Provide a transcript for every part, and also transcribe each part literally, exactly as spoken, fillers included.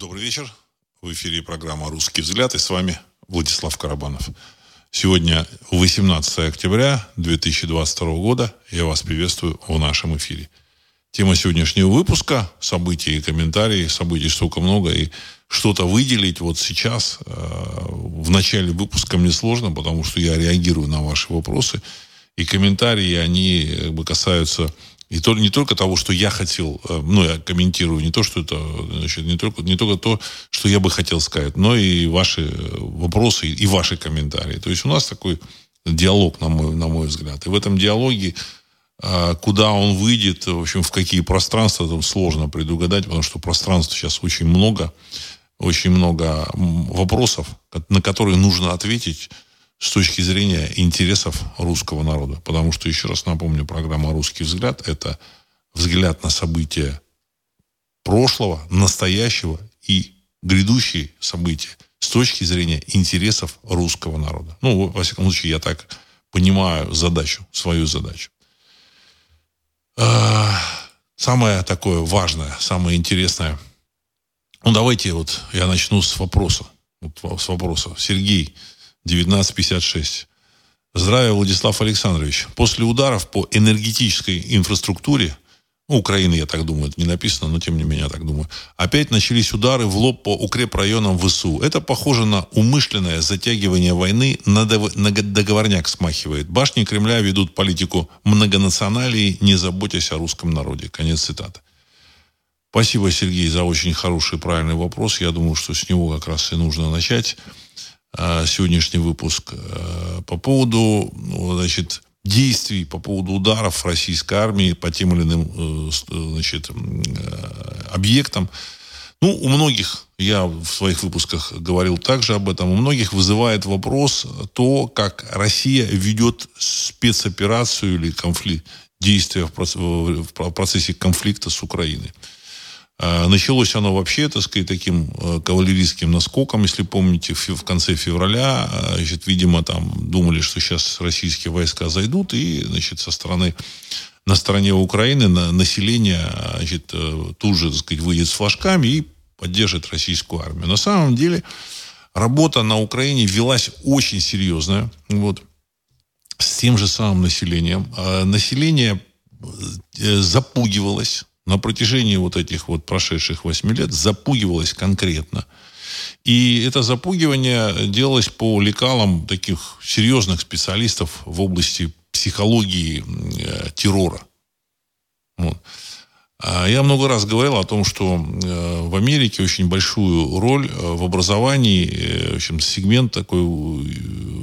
Добрый вечер. В эфире программа «Русский взгляд». И с вами Владислав Карабанов. Сегодня восемнадцатое октября две тысячи двадцать второго года. Я вас приветствую в нашем эфире. Тема сегодняшнего выпуска – события и комментарии. Событий столько много. И что-то выделить вот сейчас, э, в начале выпуска мне сложно, потому что я реагирую на ваши вопросы. И комментарии, они как бы касаются... И то, не только того, что я хотел, ну, я комментирую не то, что это, значит, не только, не только то, что я бы хотел сказать, но и ваши вопросы, и ваши комментарии. То есть у нас такой диалог, на мой, на мой взгляд. И в этом диалоге, куда он выйдет, в общем, в какие пространства, там сложно предугадать, потому что пространств сейчас очень много, очень много вопросов, на которые нужно ответить с точки зрения интересов русского народа. Потому что, еще раз напомню, программа «Русский взгляд» — это взгляд на события прошлого, настоящего и грядущие события с точки зрения интересов русского народа. Ну, во всяком случае, я так понимаю задачу, свою задачу. Самое такое важное, самое интересное. Ну, давайте вот я начну с вопроса. Вот с вопроса. Сергей, девятнадцать пятьдесят шесть. Здравия, Владислав Александрович. После ударов по энергетической инфраструктуре, ну, Украины, я так думаю, это не написано, но тем не менее я так думаю, опять начались удары в лоб по укрепрайонам ВСУ. Это похоже на умышленное затягивание войны, на договорняк смахивает. Башни Кремля ведут политику многонационалии, не заботясь о русском народе. Конец цитаты. Спасибо, Сергей, за очень хороший, правильный вопрос. Я думаю, что с него как раз и нужно начать сегодняшний выпуск. По поводу, значит, действий, по поводу ударов российской армии по тем или иным, значит, объектам. Ну, у многих, я в своих выпусках говорил также об этом, у многих вызывает вопрос то, как Россия ведет спецоперацию или конфликт, действия в процессе конфликта с Украиной. Началось оно вообще, так сказать, таким кавалерийским наскоком, если помните, в конце февраля. Значит, видимо, там думали, что сейчас российские войска зайдут, и, значит, со стороны, на стороне Украины на, население, значит, тут же, так сказать, выйдет с флажками и поддержит российскую армию. На самом деле работа на Украине велась очень серьезная, вот, с тем же самым населением. Население запугивалось. На протяжении вот этих вот прошедших восьми лет запугивалось конкретно. И это запугивание делалось по лекалам таких серьезных специалистов в области психологии э, террора. Вот. А я много раз говорил о том, что э, в Америке очень большую роль э, в образовании, э, в общем, сегмент такой э,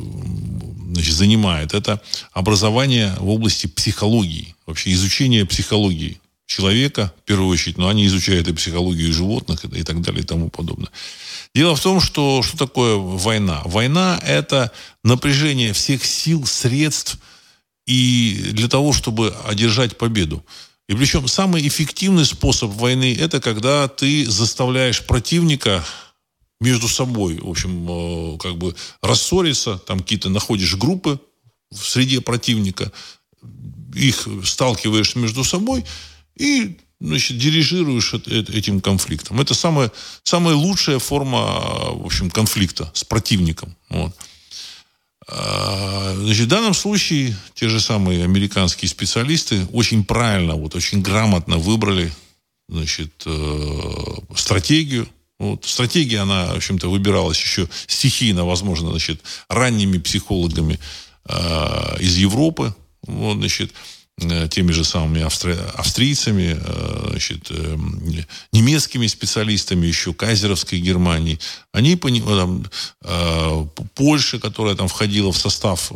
значит, занимает. Это образование в области психологии, вообще изучение психологии человека, в первую очередь, но они изучают и психологию животных, и так далее, и тому подобное. Дело в том, что что такое война? Война – это напряжение всех сил, средств и для того, чтобы одержать победу. И причем самый эффективный способ войны – это когда ты заставляешь противника между собой, в общем, как бы рассориться, там какие-то находишь группы в среде противника, их сталкиваешь между собой – и, значит, дирижируешь этим конфликтом. Это самая, самая лучшая форма, в общем, конфликта с противником. Вот. Значит, в данном случае те же самые американские специалисты очень правильно, вот, очень грамотно выбрали, значит, стратегию. Вот. Стратегия, она, в общем-то, выбиралась еще стихийно, возможно, значит, ранними психологами из Европы. Вот, значит, теми же самыми австри... австрийцами, значит, немецкими специалистами, еще кайзеровской Германии. Они, там, Польша, которая там входила в состав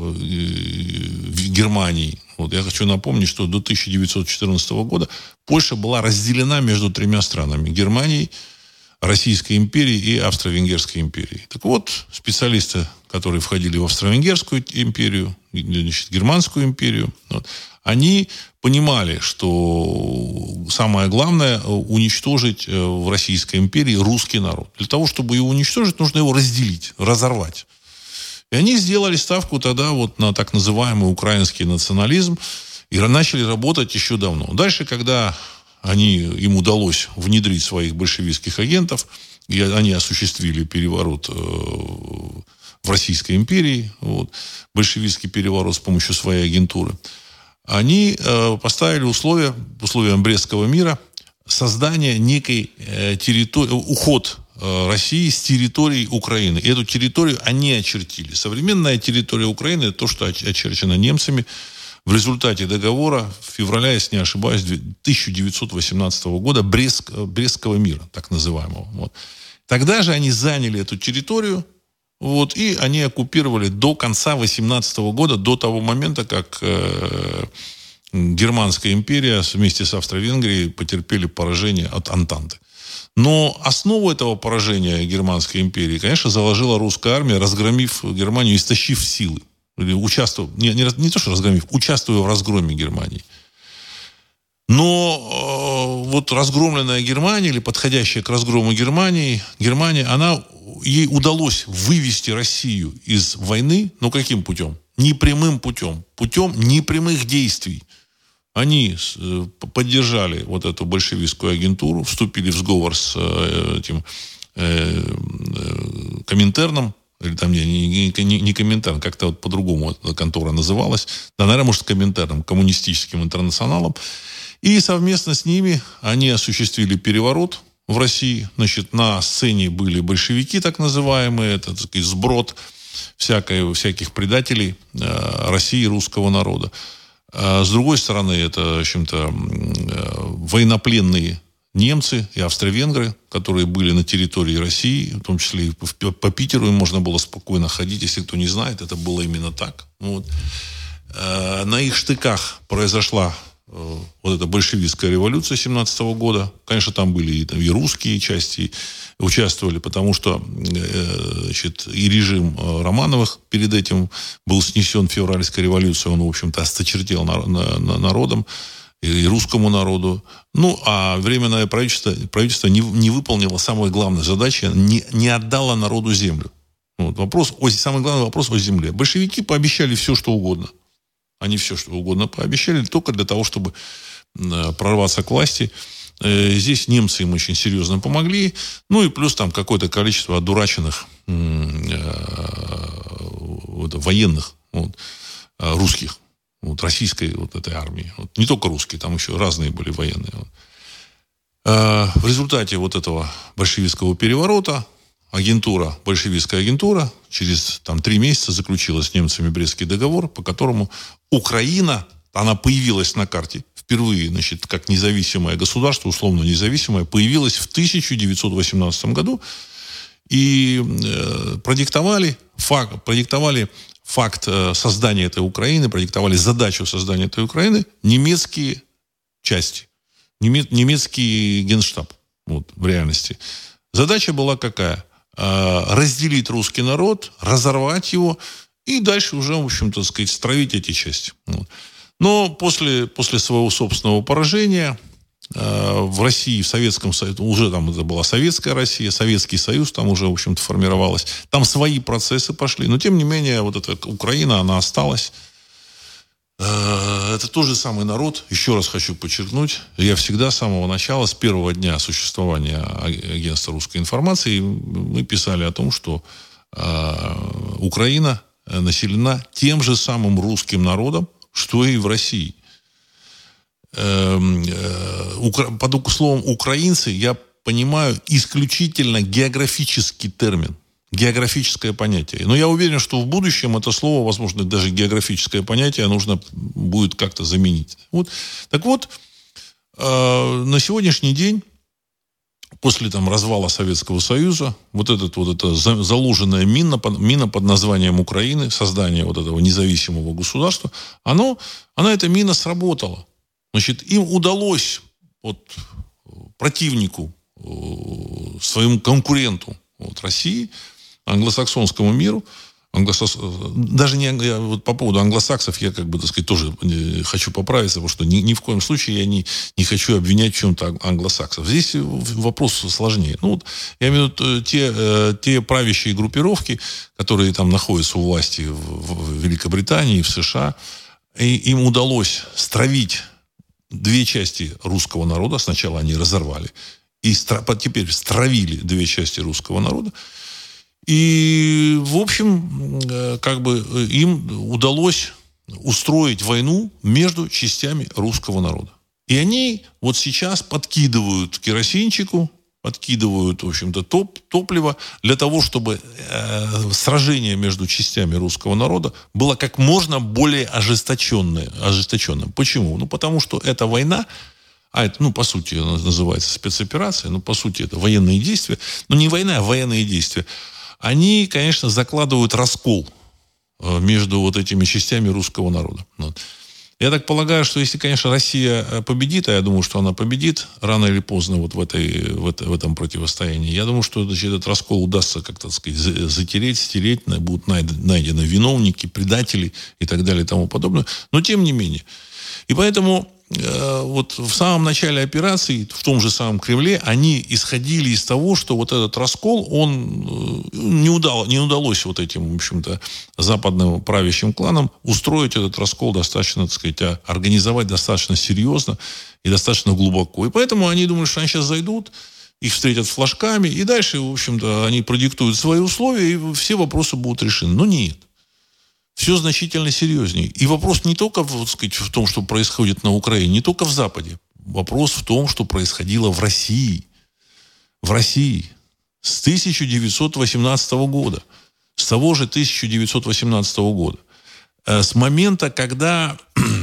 Германии. Вот, я хочу напомнить, что до тысяча девятьсот четырнадцатого года Польша была разделена между тремя странами: Германией, Российской империей и Австро-Венгерской империей. Так вот, специалисты, которые входили в Австро-Венгерскую империю, значит, Германскую империю, вот, они понимали, что самое главное уничтожить в Российской империи русский народ. Для того, чтобы его уничтожить, нужно его разделить, разорвать. И они сделали ставку тогда вот на так называемый украинский национализм и начали работать еще давно. Дальше, когда они, им удалось внедрить своих большевистских агентов, и они осуществили переворот в Российской империи, вот, большевистский переворот с помощью своей агентуры. Они поставили условия, условия Брестского мира, создание некой территории, уход России с территории Украины. И эту территорию они очертили. Современная территория Украины – это то, что очерчено немцами в результате договора в феврале, если не ошибаюсь, тысяча девятьсот восемнадцатого года Брест, Брестского мира, так называемого. Вот. Тогда же они заняли эту территорию, вот, и они оккупировали до конца восемнадцатого года, до того момента, как э, Германская империя вместе с Австро-Венгрией потерпели поражение от Антанты. Но основу этого поражения Германской империи, конечно, заложила русская армия, разгромив Германию, истощив силы. Или участвуя, не, не, не то, что разгромив, участвуя в разгроме Германии. Но э, вот разгромленная Германия, или подходящая к разгрому Германии, Германия, она, ей удалось вывести Россию из войны, но каким путем? Непрямым путем. Путем непрямых действий. Они поддержали вот эту большевистскую агентуру, вступили в сговор с этим э, э, Коминтерном, или там не, не, не, не Коминтерн, как-то вот по-другому эта контора называлась, да, наверное, может, с Коминтерном, коммунистическим интернационалом. И совместно с ними они осуществили переворот в России. Значит, на сцене были большевики, так называемые, это, так сказать, сброд всякой, всяких предателей э, России и русского народа. С другой стороны, это, в общем-то, военнопленные немцы и австро-венгры, которые были на территории России, в том числе и по Питеру им можно было спокойно ходить. Если кто не знает, это было именно так. Вот. На их штыках произошла вот эта большевистская революция семнадцатого года. Конечно, там были и, там, и русские части участвовали, потому что значит, и режим Романовых перед этим был снесен февральской революцией. Он, в общем-то, осточертел на, на, на народом и русскому народу. Ну, а Временное правительство, правительство не, не выполнило самой главной задачи, не, не отдало народу землю. Вот, вопрос, о, самый главный вопрос о земле. Большевики пообещали все, что угодно. Они все, что угодно пообещали, только для того, чтобы прорваться к власти. Здесь немцы им очень серьезно помогли. Ну и плюс там какое-то количество одураченных военных, вот, русских, вот, российской вот этой армии. Вот, не только русские, там еще разные были военные. Вот. В результате вот этого большевистского переворота агентура, большевистская агентура через там, три месяца заключила с немцами Брестский договор, по которому Украина, она появилась на карте впервые, значит, как независимое государство, условно независимое, появилась в тысяча девятьсот восемнадцатом году и э, продиктовали факт, продиктовали факт э, создания этой Украины, продиктовали задачу создания этой Украины немецкие части, неме, немецкий генштаб, вот, в реальности. Задача была какая? Разделить русский народ, разорвать его и дальше уже, в общем-то, так сказать, стравить эти части. Но после, после своего собственного поражения в России, в Советском Союзе, уже там это была Советская Россия, Советский Союз там уже, в общем-то, формировалась. Там свои процессы пошли. Но, тем не менее, вот эта Украина, она осталась. Это тот же самый народ, еще раз хочу подчеркнуть, я всегда с самого начала, с первого дня существования агентства русской информации, мы писали о том, что Украина населена тем же самым русским народом, что и в России. Под словом «украинцы» я понимаю исключительно географический термин. Географическое понятие. Но я уверен, что в будущем это слово, возможно, даже географическое понятие нужно будет как-то заменить. Вот. Так вот, э, на сегодняшний день, после там, развала Советского Союза, вот, этот, вот эта заложенная мина, мина под названием Украины, создание вот этого независимого государства, оно, она, эта мина сработала. Значит, им удалось вот, противнику, своему конкуренту вот, России, англосаксонскому миру, англосакс... даже не вот по поводу англосаксов я как бы, так сказать, тоже хочу поправиться, потому что ни, ни в коем случае я не, не хочу обвинять в чем-то англосаксов. Здесь вопрос сложнее. Ну, вот, я имею в виду те, те правящие группировки, которые там находятся у власти в, в Великобритании, в США, и им удалось стравить две части русского народа. Сначала они разорвали. И теперь стравили две части русского народа. И, в общем, как бы им удалось устроить войну между частями русского народа. И они вот сейчас подкидывают керосинчику, подкидывают, в общем-то, топ, топливо для того, чтобы э, сражение между частями русского народа было как можно более ожесточенное, ожесточенным. Почему? Ну, потому что эта война, а это, ну, по сути, она называется спецоперация, ну, по сути, это военные действия, но не война, а военные действия, они, конечно, закладывают раскол э, между вот этими частями русского народа. Вот. Я так полагаю, что если, конечно, Россия победит, а я думаю, что она победит рано или поздно вот в, этой, в, это, в этом противостоянии, я думаю, что, значит, этот раскол удастся, как-то, так сказать, затереть, стереть, будут найдены виновники, предатели и так далее и тому подобное. Но тем не менее. И поэтому э, вот в самом начале операции, в том же самом Кремле, они исходили из того, что вот этот раскол, он э, не, удал, не удалось вот этим, в общем-то, западным правящим кланам устроить этот раскол достаточно, так сказать, организовать достаточно серьезно и достаточно глубоко. И поэтому они думают, что они сейчас зайдут, их встретят флажками, и дальше, в общем-то, они продиктуют свои условия, и все вопросы будут решены. Но нет. Все значительно серьезнее. И вопрос не только, вот, сказать, в том, что происходит на Украине, не только в Западе. Вопрос в том, что происходило в России. В России. С тысяча девятьсот восемнадцатого года. С того же тысяча девятьсот восемнадцатого года. С момента, когда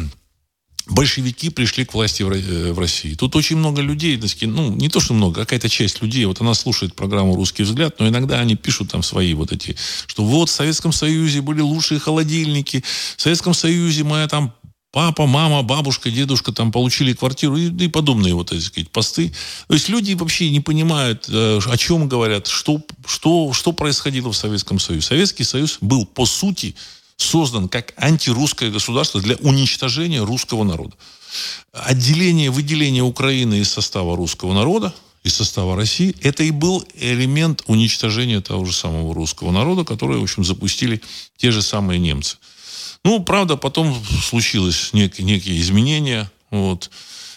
большевики пришли к власти в России. Тут очень много людей, ну, не то, что много, какая-то часть людей, вот она слушает программу «Русский взгляд», но иногда они пишут там свои вот эти, что вот в Советском Союзе были лучшие холодильники, в Советском Союзе моя там папа, мама, бабушка, дедушка там получили квартиру и, и подобные вот, так сказать, посты. То есть люди вообще не понимают, о чем говорят, что, что, что происходило в Советском Союзе. Советский Союз был, по сути, создан как антирусское государство для уничтожения русского народа. Отделение, выделение Украины из состава русского народа, из состава России, это и был элемент уничтожения того же самого русского народа, который, в общем, запустили те же самые немцы. Ну, правда, потом случилось нек- некие изменения, вот,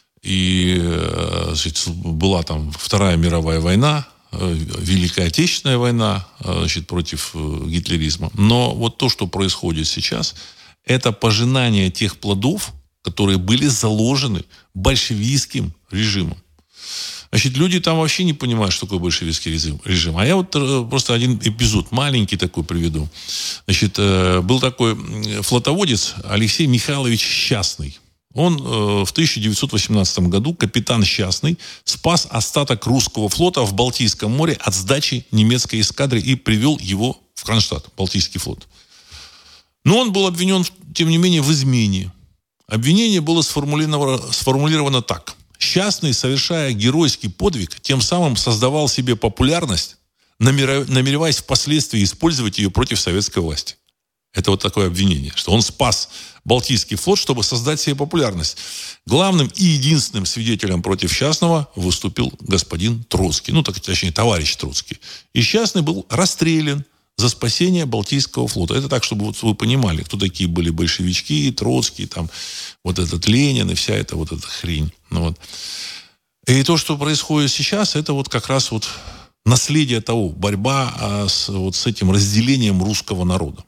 и значит, была там Вторая мировая война, Великая Отечественная война, значит, против гитлеризма. Но вот то, что происходит сейчас, это пожинание тех плодов, которые были заложены большевистским режимом. Значит, люди там вообще не понимают, что такое большевистский режим. А я вот просто один эпизод маленький такой приведу. Значит, был такой флотоводец Алексей Михайлович Счастный. Он э, в тысяча девятьсот восемнадцатом году, капитан Счастный, спас остаток русского флота в Балтийском море от сдачи немецкой эскадры и привел его в Кронштадт, Балтийский флот. Но он был обвинен, тем не менее, в измене. Обвинение было сформулировано, сформулировано так. Счастный, совершая геройский подвиг, тем самым создавал себе популярность, намереваясь впоследствии использовать ее против советской власти. Это вот такое обвинение, что он спас Балтийский флот, чтобы создать себе популярность. Главным и единственным свидетелем против Счастного выступил господин Троцкий. Ну, так, точнее, товарищ Троцкий. И Счастный был расстрелян за спасение Балтийского флота. Это так, чтобы вот вы понимали, кто такие были большевички, Троцкий, там, вот этот Ленин и вся эта вот эта хрень. Ну, вот. И то, что происходит сейчас, это вот как раз вот наследие того, борьба а, с, вот с этим разделением русского народа.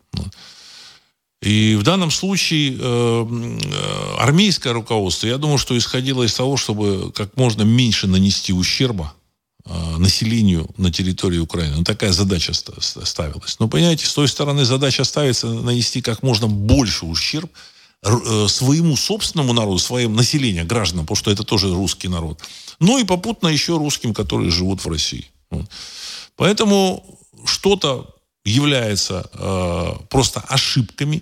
И в данном случае э, армейское руководство, я думаю, что исходило из того, чтобы как можно меньше нанести ущерба э, населению на территории Украины. Ну, такая задача ставилась. Но, понимаете, с той стороны задача ставится нанести как можно больше ущерб э, своему собственному народу, своим населению, гражданам, потому что это тоже русский народ. Ну и попутно еще русским, которые живут в России. Вот. Поэтому что-то является э, просто ошибками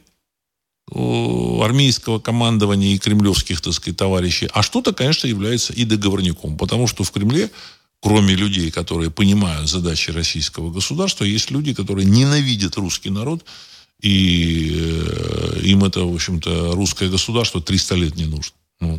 армейского командования и кремлевских, так сказать, товарищей, а что-то, конечно, является и договорником, потому что в Кремле, кроме людей, которые понимают задачи российского государства, есть люди, которые ненавидят русский народ, и э, им это, в общем-то, русское государство триста лет не нужно. Вот.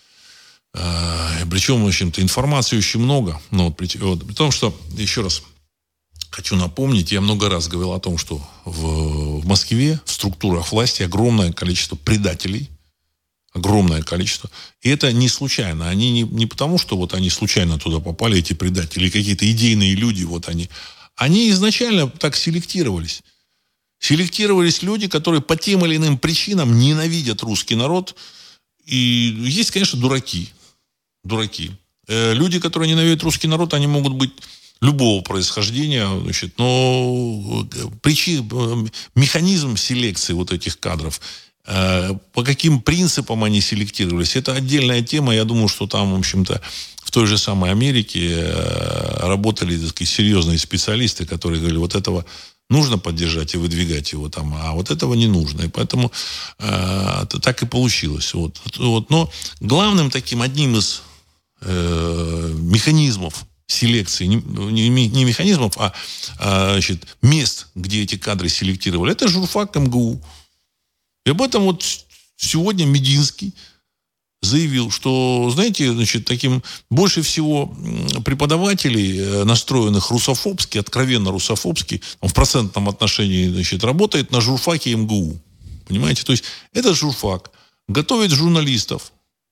Э, причем, в общем-то, информации очень много. Но вот, при, вот, при том, что, еще раз хочу напомнить, я много раз говорил о том, что в, в Москве, в структурах власти огромное количество предателей, Огромное количество. И это не случайно. Они не, не потому, что вот они случайно туда попали, эти предатели, или какие-то идейные люди, вот они. Они изначально так селектировались. Селектировались люди, которые по тем или иным причинам ненавидят русский народ. И есть, конечно, дураки. Дураки. Э, люди, которые ненавидят русский народ, они могут быть любого происхождения, значит, но причин, механизм селекции вот этих кадров, э, по каким принципам они селектировались, это отдельная тема. Я думаю, что там, в общем-то, в той же самой Америке э, работали, так сказать, серьезные специалисты, которые говорили, вот этого нужно поддержать и выдвигать его там, а вот этого не нужно. И поэтому э, так и получилось. Вот. Вот. Но главным таким, одним из э, механизмов селекции, не, не, не механизмов, а, а значит, мест, где эти кадры селектировали, это журфак эм гэ у. И об этом вот сегодня Мединский заявил, что, знаете, значит, таким больше всего преподавателей, настроенных русофобски, откровенно русофобски, в процентном отношении, значит, работает на журфаке эм гэ у. Понимаете? То есть этот журфак готовит журналистов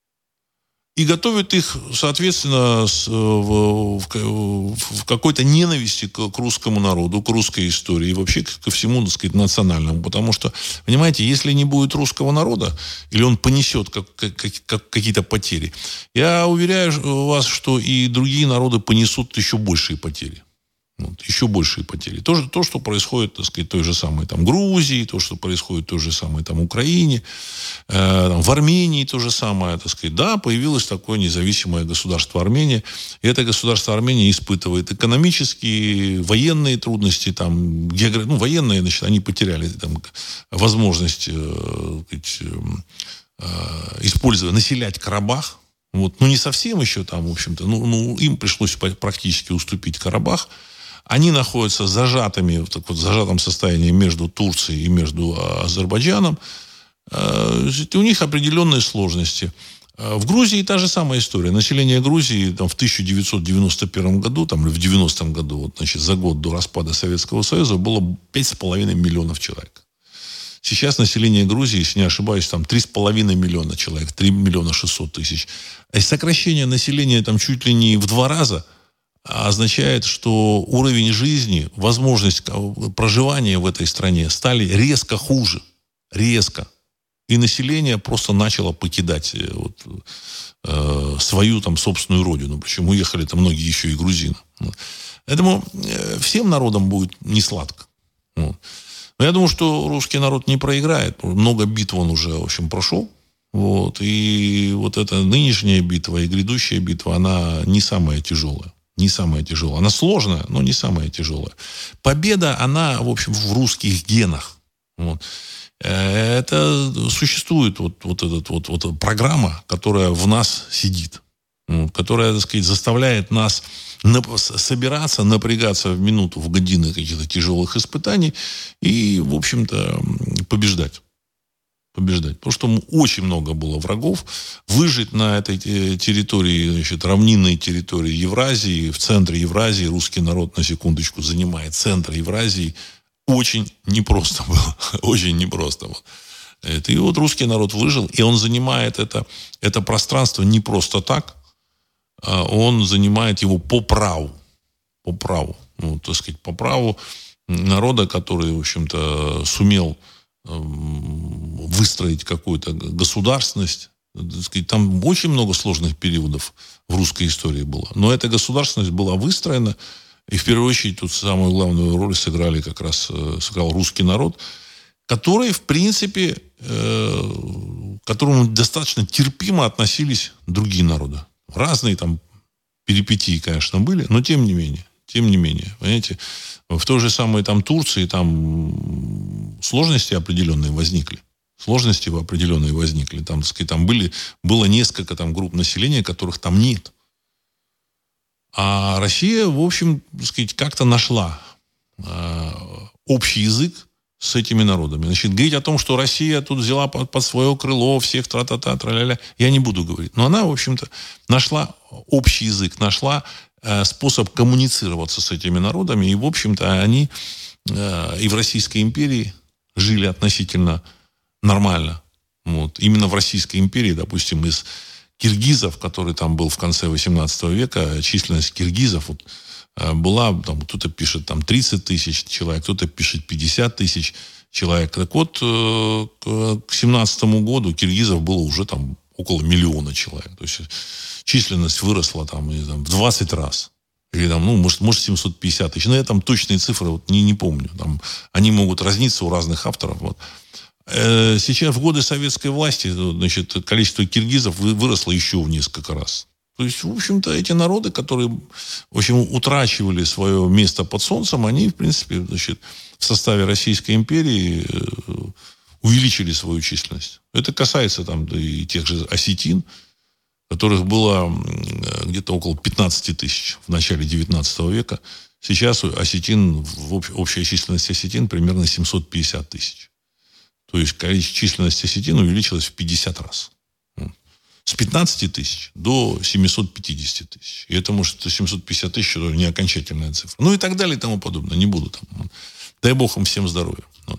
и готовит их, соответственно, с, в, в, в какой-то ненависти к, к русскому народу, к русской истории и вообще ко всему, так сказать, национальному. Потому что, понимаете, если не будет русского народа, или он понесет как, как, как, какие-то потери, я уверяю вас, что и другие народы понесут еще большие потери. Вот, еще большие потери. То, же, то, что происходит, так сказать, той же самой там, Грузии, то, что происходит в той же самой там, Украине, э, там, в Армении то же самое. Так сказать. Да, появилось такое независимое государство Армения. И это государство Армения испытывает экономические, военные трудности. Там, географ... ну, военные, значит, они потеряли там, возможность э, сказать, э, использовать, населять Карабах. Вот. Ну, не совсем еще там, в общем-то. Ну, ну, им пришлось практически уступить Карабах. Они находятся зажатыми, в так вот, зажатом состоянии между Турцией и между Азербайджаном. У них определенные сложности. В Грузии та же самая история. Население Грузии там, в тысяча девятьсот девяносто первом году, там, или в девяностом году, вот, значит, за год до распада Советского Союза, было пять с половиной миллионов человек. Сейчас население Грузии, если не ошибаюсь, там три с половиной миллиона человек, три миллиона шестьсот тысяч. И сокращение населения там чуть ли не в два раза означает, что уровень жизни, возможность проживания в этой стране стали резко хуже. Резко. И население просто начало покидать вот, э, свою там собственную родину. Причем уехали там многие еще и грузины. Поэтому э, всем народам будет несладко. Вот. Но я думаю, что русский народ не проиграет. Много битв он уже, в общем, прошел. Вот. И вот эта нынешняя битва и грядущая битва, она не самая тяжелая. Не самая тяжелая. Она сложная, но не самая тяжелая. Победа, она, в общем, в русских генах. Вот. Это существует вот, вот эта вот, вот программа, которая в нас сидит. Вот, которая, так сказать, заставляет нас нап- собираться, напрягаться в минуту, в годины каких-то тяжелых испытаний и, в общем-то, побеждать. Побеждать. Потому что очень много было врагов. Выжить на этой территории, значит, равнинной территории Евразии, в центре Евразии, русский народ, на секундочку, занимает центр Евразии, очень непросто было. Очень непросто было. И вот русский народ выжил, и он занимает это, это пространство не просто так, а он занимает его по праву. По праву. Ну, так сказать, по праву народа, который, в общем-то, сумел выстроить какую-то государственность. Там очень много сложных периодов в русской истории было. Но эта государственность была выстроена, и в первую очередь тут самую главную роль сыграли как раз сыграл русский народ, который, в принципе, э, к которому достаточно терпимо относились другие народы. Разные там перипетии, конечно, были, но тем не менее. Тем не менее, понимаете, в той же самой там Турции там сложности определенные возникли. Сложности определенные возникли. Там, так сказать, там были, было несколько там, групп населения, которых там нет. А Россия, в общем, так сказать, как-то нашла э, общий язык с этими народами. Значит, говорить о том, что Россия тут взяла под, под свое крыло всех тра-та-та, тра-ля-ля, я не буду говорить. Но она, в общем-то, нашла общий язык, нашла способ коммуницироваться с этими народами. И, в общем-то, они э, и в Российской империи жили относительно нормально. Вот. Именно в Российской империи, допустим, из киргизов, который там был в конце восемнадцатого века, численность киргизов вот, была, там, кто-то пишет там тридцать тысяч человек, кто-то пишет пятьдесят тысяч человек. Так вот, к семнадцатому году киргизов было уже там около миллиона человек. То есть численность выросла там, там в двадцать раз. Или там, ну, может, может семьсот пятьдесят тысяч. Но я там точные цифры вот не, не помню. Там, они могут разниться у разных авторов. Вот. Сейчас, в годы советской власти, значит, количество киргизов выросло еще в несколько раз. То есть, в общем-то, эти народы, которые, в общем, утрачивали свое место под солнцем, они, в принципе, значит, в составе Российской империи увеличили свою численность. Это касается там и тех же осетин, которых было где-то около пятнадцать тысяч в начале девятнадцатого века. Сейчас осетин, общая численность осетин примерно семьсот пятьдесят тысяч. То есть количество численности осетин увеличилось в пятьдесят раз. С пятнадцати тысяч до семисот пятидесяти тысяч. И это, может, семьсот пятьдесят тысяч, это не окончательная цифра. Ну и так далее и тому подобное. Не буду там. Дай Бог им всем здоровья. Вот.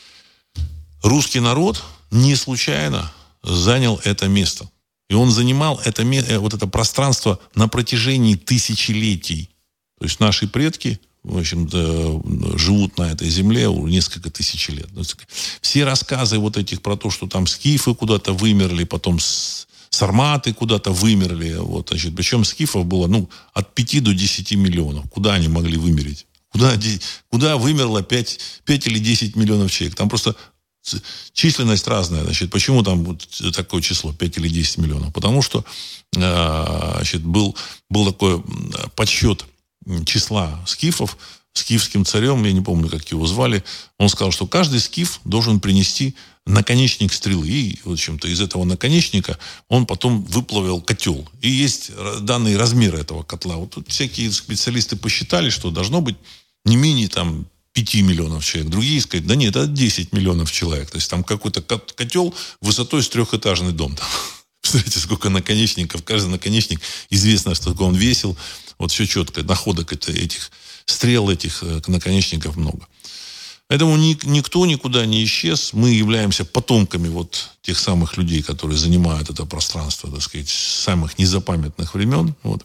Русский народ не случайно занял это место. И он занимал это, вот это пространство на протяжении тысячелетий. То есть наши предки, в общем-то, живут на этой земле уже несколько тысяч лет. Все рассказы вот этих про то, что там скифы куда-то вымерли, потом сарматы куда-то вымерли. Вот, значит, причем скифов было ну, от пяти до десяти миллионов. Куда они могли вымереть? Куда, куда вымерло пять, пять или десять миллионов человек? Там просто численность разная. Значит, почему там вот такое число, пять или десять миллионов? Потому что значит, был, был такой подсчет числа скифов скифским царем, я не помню, как его звали. Он сказал, что каждый скиф должен принести наконечник стрелы. И, в общем-то, из этого наконечника он потом выплавил котел. И есть данные размеры этого котла. Вот тут всякие специалисты посчитали, что должно быть не менее там пяти миллионов человек. Другие сказать, да нет, это десять миллионов человек. То есть там какой-то котел высотой с трехэтажный дом. Представляете, сколько наконечников. Каждый наконечник, известно, сколько он весил. Вот все четко. Находок этих стрел, этих наконечников много. Поэтому ни, никто никуда не исчез. Мы являемся потомками вот тех самых людей, которые занимают это пространство, так сказать, с самых незапамятных времен. Вот.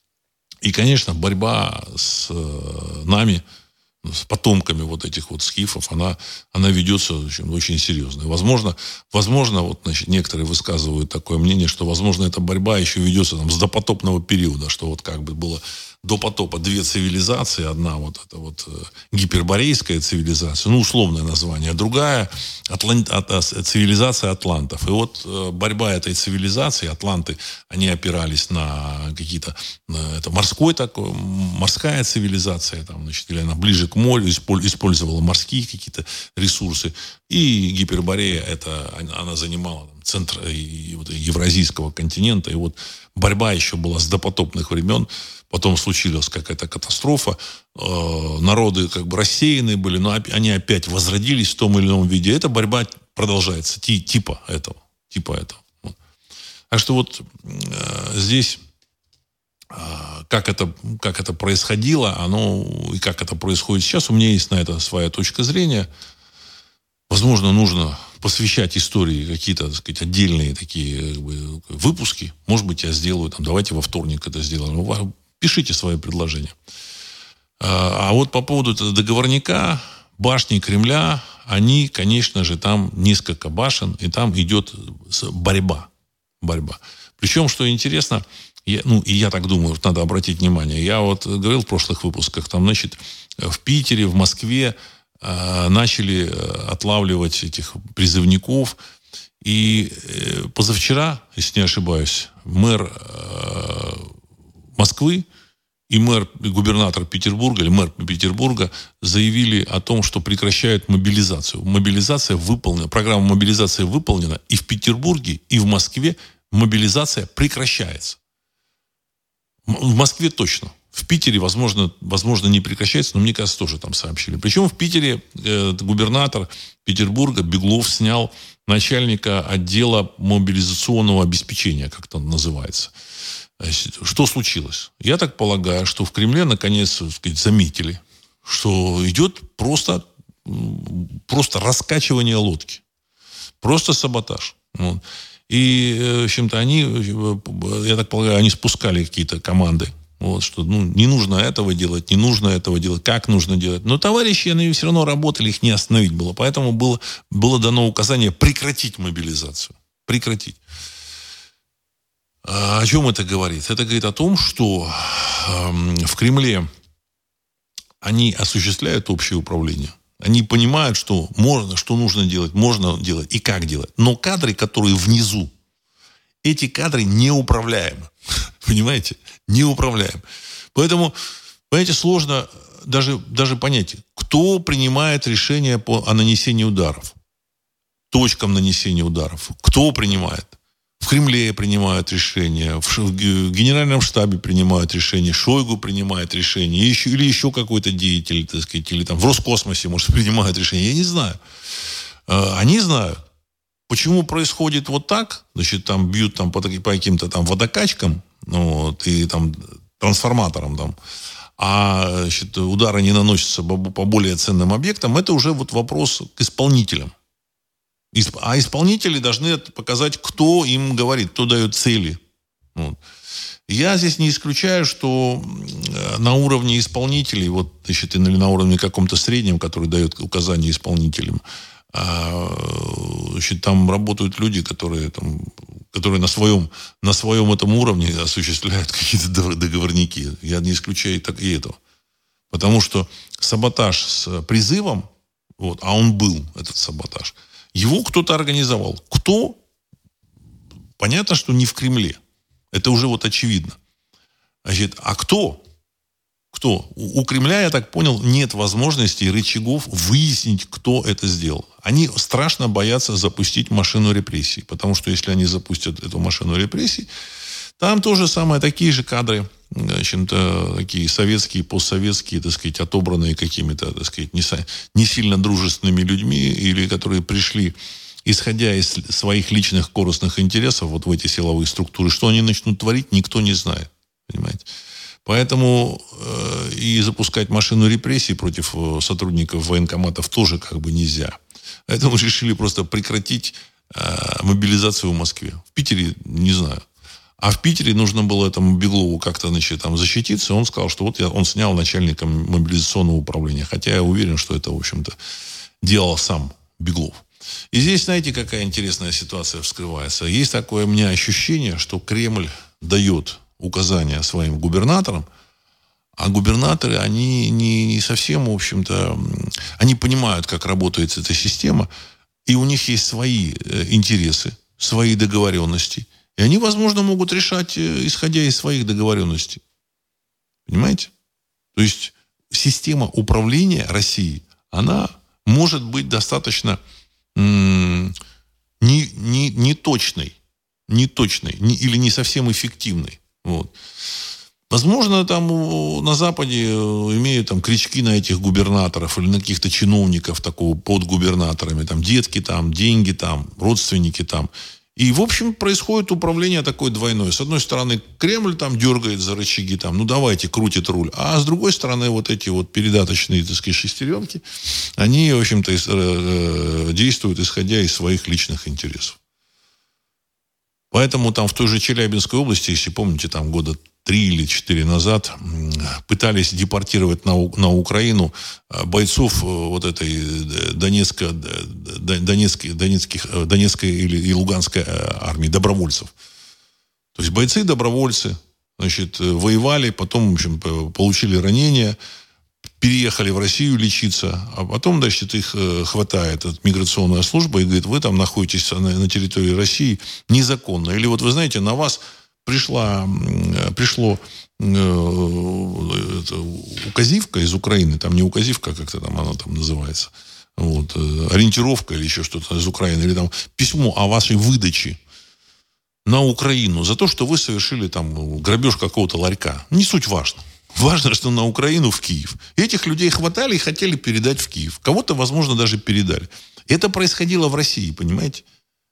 И, конечно, борьба с нами, с потомками вот этих вот скифов, она, она ведется очень, очень серьезно. Возможно, возможно вот, значит, некоторые высказывают такое мнение, что, возможно, эта борьба еще ведется там, с допотопного периода, что вот как бы было до потопа две цивилизации. Одна вот это вот гиперборейская цивилизация, ну, условное название, а другая атлант, а, цивилизация атлантов. И вот борьба этой цивилизации, атланты, они опирались на какие-то, на, это морской такой, морская цивилизация, там, значит, или она ближе к морю, использовала морские какие-то ресурсы. И Гиперборея, это, она занимала там, центр и, вот, евразийского континента. И вот борьба еще была с допотопных времен. Потом случилась какая-то катастрофа. Э, народы как бы рассеяны были, но они опять возродились в том или ином виде. Эта борьба продолжается. Ти, типа этого. Типа этого. Вот. Так что вот э, здесь э, как, это, как это происходило, оно, и как это происходит сейчас, у меня есть на это своя точка зрения. Возможно, нужно посвящать истории какие-то, так сказать, отдельные такие как бы, выпуски. Может быть, я сделаю, там, давайте во вторник это сделаем. Пишите свои предложения. А вот по поводу договорника, башни Кремля, они, конечно же, там несколько башен, и там идет борьба. борьба. Причем, что интересно, я, ну, и я так думаю, надо обратить внимание, я вот говорил в прошлых выпусках, там, значит, в Питере, в Москве э, начали отлавливать этих призывников. И э, позавчера, если не ошибаюсь, мэр э, Москвы и мэр, и губернатор Петербурга, или мэр Петербурга заявили о том, что прекращают мобилизацию. Мобилизация выполнена, программа мобилизации выполнена, и в Петербурге, и в Москве мобилизация прекращается. В Москве точно. В Питере, возможно, возможно, не прекращается, но мне кажется, тоже там сообщили. Причем в Питере э, губернатор Петербурга Беглов снял начальника отдела мобилизационного обеспечения, как это называется. Что случилось? Я так полагаю, что в Кремле наконец, так сказать, заметили, что идет просто, просто раскачивание лодки. Просто саботаж. Вот. И, в общем-то, они, я так полагаю, они спускали какие-то команды. Вот, что ну, не нужно этого делать, не нужно этого делать, как нужно делать. Но товарищи, они все равно работали, их не остановить было. Поэтому было, было дано указание прекратить мобилизацию. Прекратить. А о чем это говорит? Это говорит о том, что э, в Кремле они осуществляют общее управление. Они понимают, что можно, что нужно делать, можно делать и как делать. Но кадры, которые внизу, эти кадры неуправляемы. Понимаете? Неуправляемы. Поэтому, понимаете, сложно даже, даже понять, кто принимает решение по, о нанесении ударов. Точкам нанесения ударов. Кто принимает? В Кремле принимают решения, в Генеральном штабе принимают решения, Шойгу принимает решения, еще, или еще какой-то деятель, так сказать, или там в Роскосмосе, может, принимают решения. Я не знаю. Они знают. Почему происходит вот так? Значит, там бьют там, по, по каким-то там водокачкам, ну, вот, и там трансформаторам, там, а значит, удары не наносятся по, по более ценным объектам. Это уже вот вопрос к исполнителям. А исполнители должны показать, кто им говорит, кто дает цели. Вот. Я здесь не исключаю, что на уровне исполнителей, вот, значит, или на уровне каком-то среднем, который дает указания исполнителям, значит, там работают люди, которые, там, которые на, своем, на своем этом уровне осуществляют какие-то договорники. Я не исключаю так и этого. Потому что саботаж с призывом, вот, а он был, этот саботаж, его кто-то организовал. Кто? Понятно, что не в Кремле. Это уже вот очевидно. Значит, а кто? Кто? У Кремля, я так понял, нет возможности и рычагов выяснить, кто это сделал. Они страшно боятся запустить машину репрессий. Потому что если они запустят эту машину репрессий, там тоже самое, такие же кадры, чем-то такие советские, постсоветские, так сказать, отобранные какими-то, так сказать, не, не сильно дружественными людьми, или которые пришли, исходя из своих личных корыстных интересов, вот в эти силовые структуры. Что они начнут творить, никто не знает. Понимаете? Поэтому э, и запускать машину репрессий против сотрудников военкоматов тоже как бы нельзя. Поэтому решили просто прекратить э, мобилизацию в Москве. В Питере не знаю. А в Питере нужно было этому Беглову как-то, значит, там защититься. Он сказал, что вот я, он снял начальника мобилизационного управления. Хотя я уверен, что это, в общем-то, делал сам Беглов. И здесь, знаете, какая интересная ситуация вскрывается. Есть такое у меня ощущение, что Кремль дает указания своим губернаторам, а губернаторы, они не, не совсем, в общем-то, они понимают, как работает эта система, и у них есть свои интересы, свои договоренности. И они, возможно, могут решать, исходя из своих договоренностей. Понимаете? То есть система управления Россией, она может быть достаточно м- не, не, не точной, не точной не, или не совсем эффективной. Вот. Возможно, там на Западе имеют там крючки на этих губернаторов или на каких-то чиновников такого под губернаторами. Там детки там, деньги там, родственники там. И, в общем, происходит управление такое двойное. С одной стороны, Кремль там дергает за рычаги, там, ну, давайте, крутит руль. А с другой стороны, вот эти вот передаточные, так сказать, шестеренки, они, в общем-то, действуют, исходя из своих личных интересов. Поэтому там в той же Челябинской области, если помните, там года три или четыре назад пытались депортировать на, на Украину бойцов вот этой Донецка, Донецкой, Донецких, Донецкой или и Луганской армии, добровольцев. То есть бойцы-добровольцы, значит, воевали, потом, в общем, получили ранения, переехали в Россию лечиться, а потом, значит, их хватает миграционная служба и говорит, вы там находитесь на, на территории России незаконно. Или вот, вы знаете, на вас пришла, пришло э, это, указивка из Украины, там не указивка, как-то там она там называется, вот, э, ориентировка или еще что-то из Украины, или там письмо о вашей выдаче на Украину за то, что вы совершили там грабеж какого-то ларька. Не суть важно. Важно, что на Украину, в Киев. Этих людей хватали и хотели передать в Киев. Кого-то, возможно, даже передали. Это происходило в России, понимаете?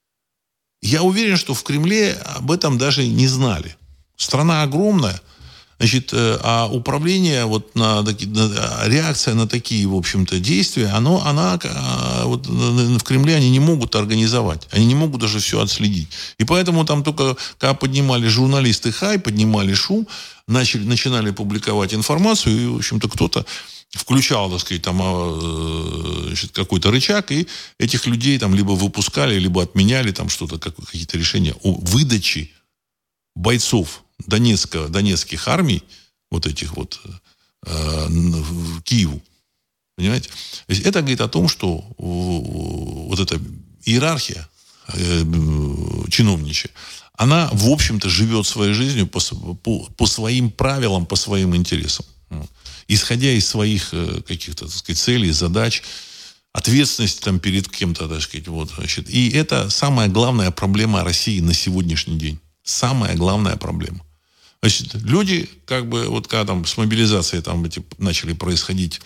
Я уверен, что в Кремле об этом даже не знали. Страна огромная. Значит, а управление, вот на, на, реакция на такие, в общем-то, действия, оно, она, вот, в Кремле они не могут организовать. Они не могут даже все отследить. И поэтому там только, когда поднимали журналисты хай, поднимали шум, начали, начинали публиковать информацию, и, в общем-то, кто-то включал, так сказать, там, значит, какой-то рычаг, и этих людей там либо выпускали, либо отменяли там что-то, какие-то решения о выдаче бойцов Донецка, донецких армий, вот этих вот, э, в Киеву. Понимаете? То есть это говорит о том, что вот эта иерархия э, чиновничья, она, в общем-то, живет своей жизнью по, по, по своим правилам, по своим интересам. Исходя из своих э, каких-то, так сказать, целей, задач, ответственности там перед кем-то, так сказать, вот, значит. И это самая главная проблема России на сегодняшний день. Самая главная проблема. Значит, люди, как бы, вот когда там с мобилизацией там эти начали происходить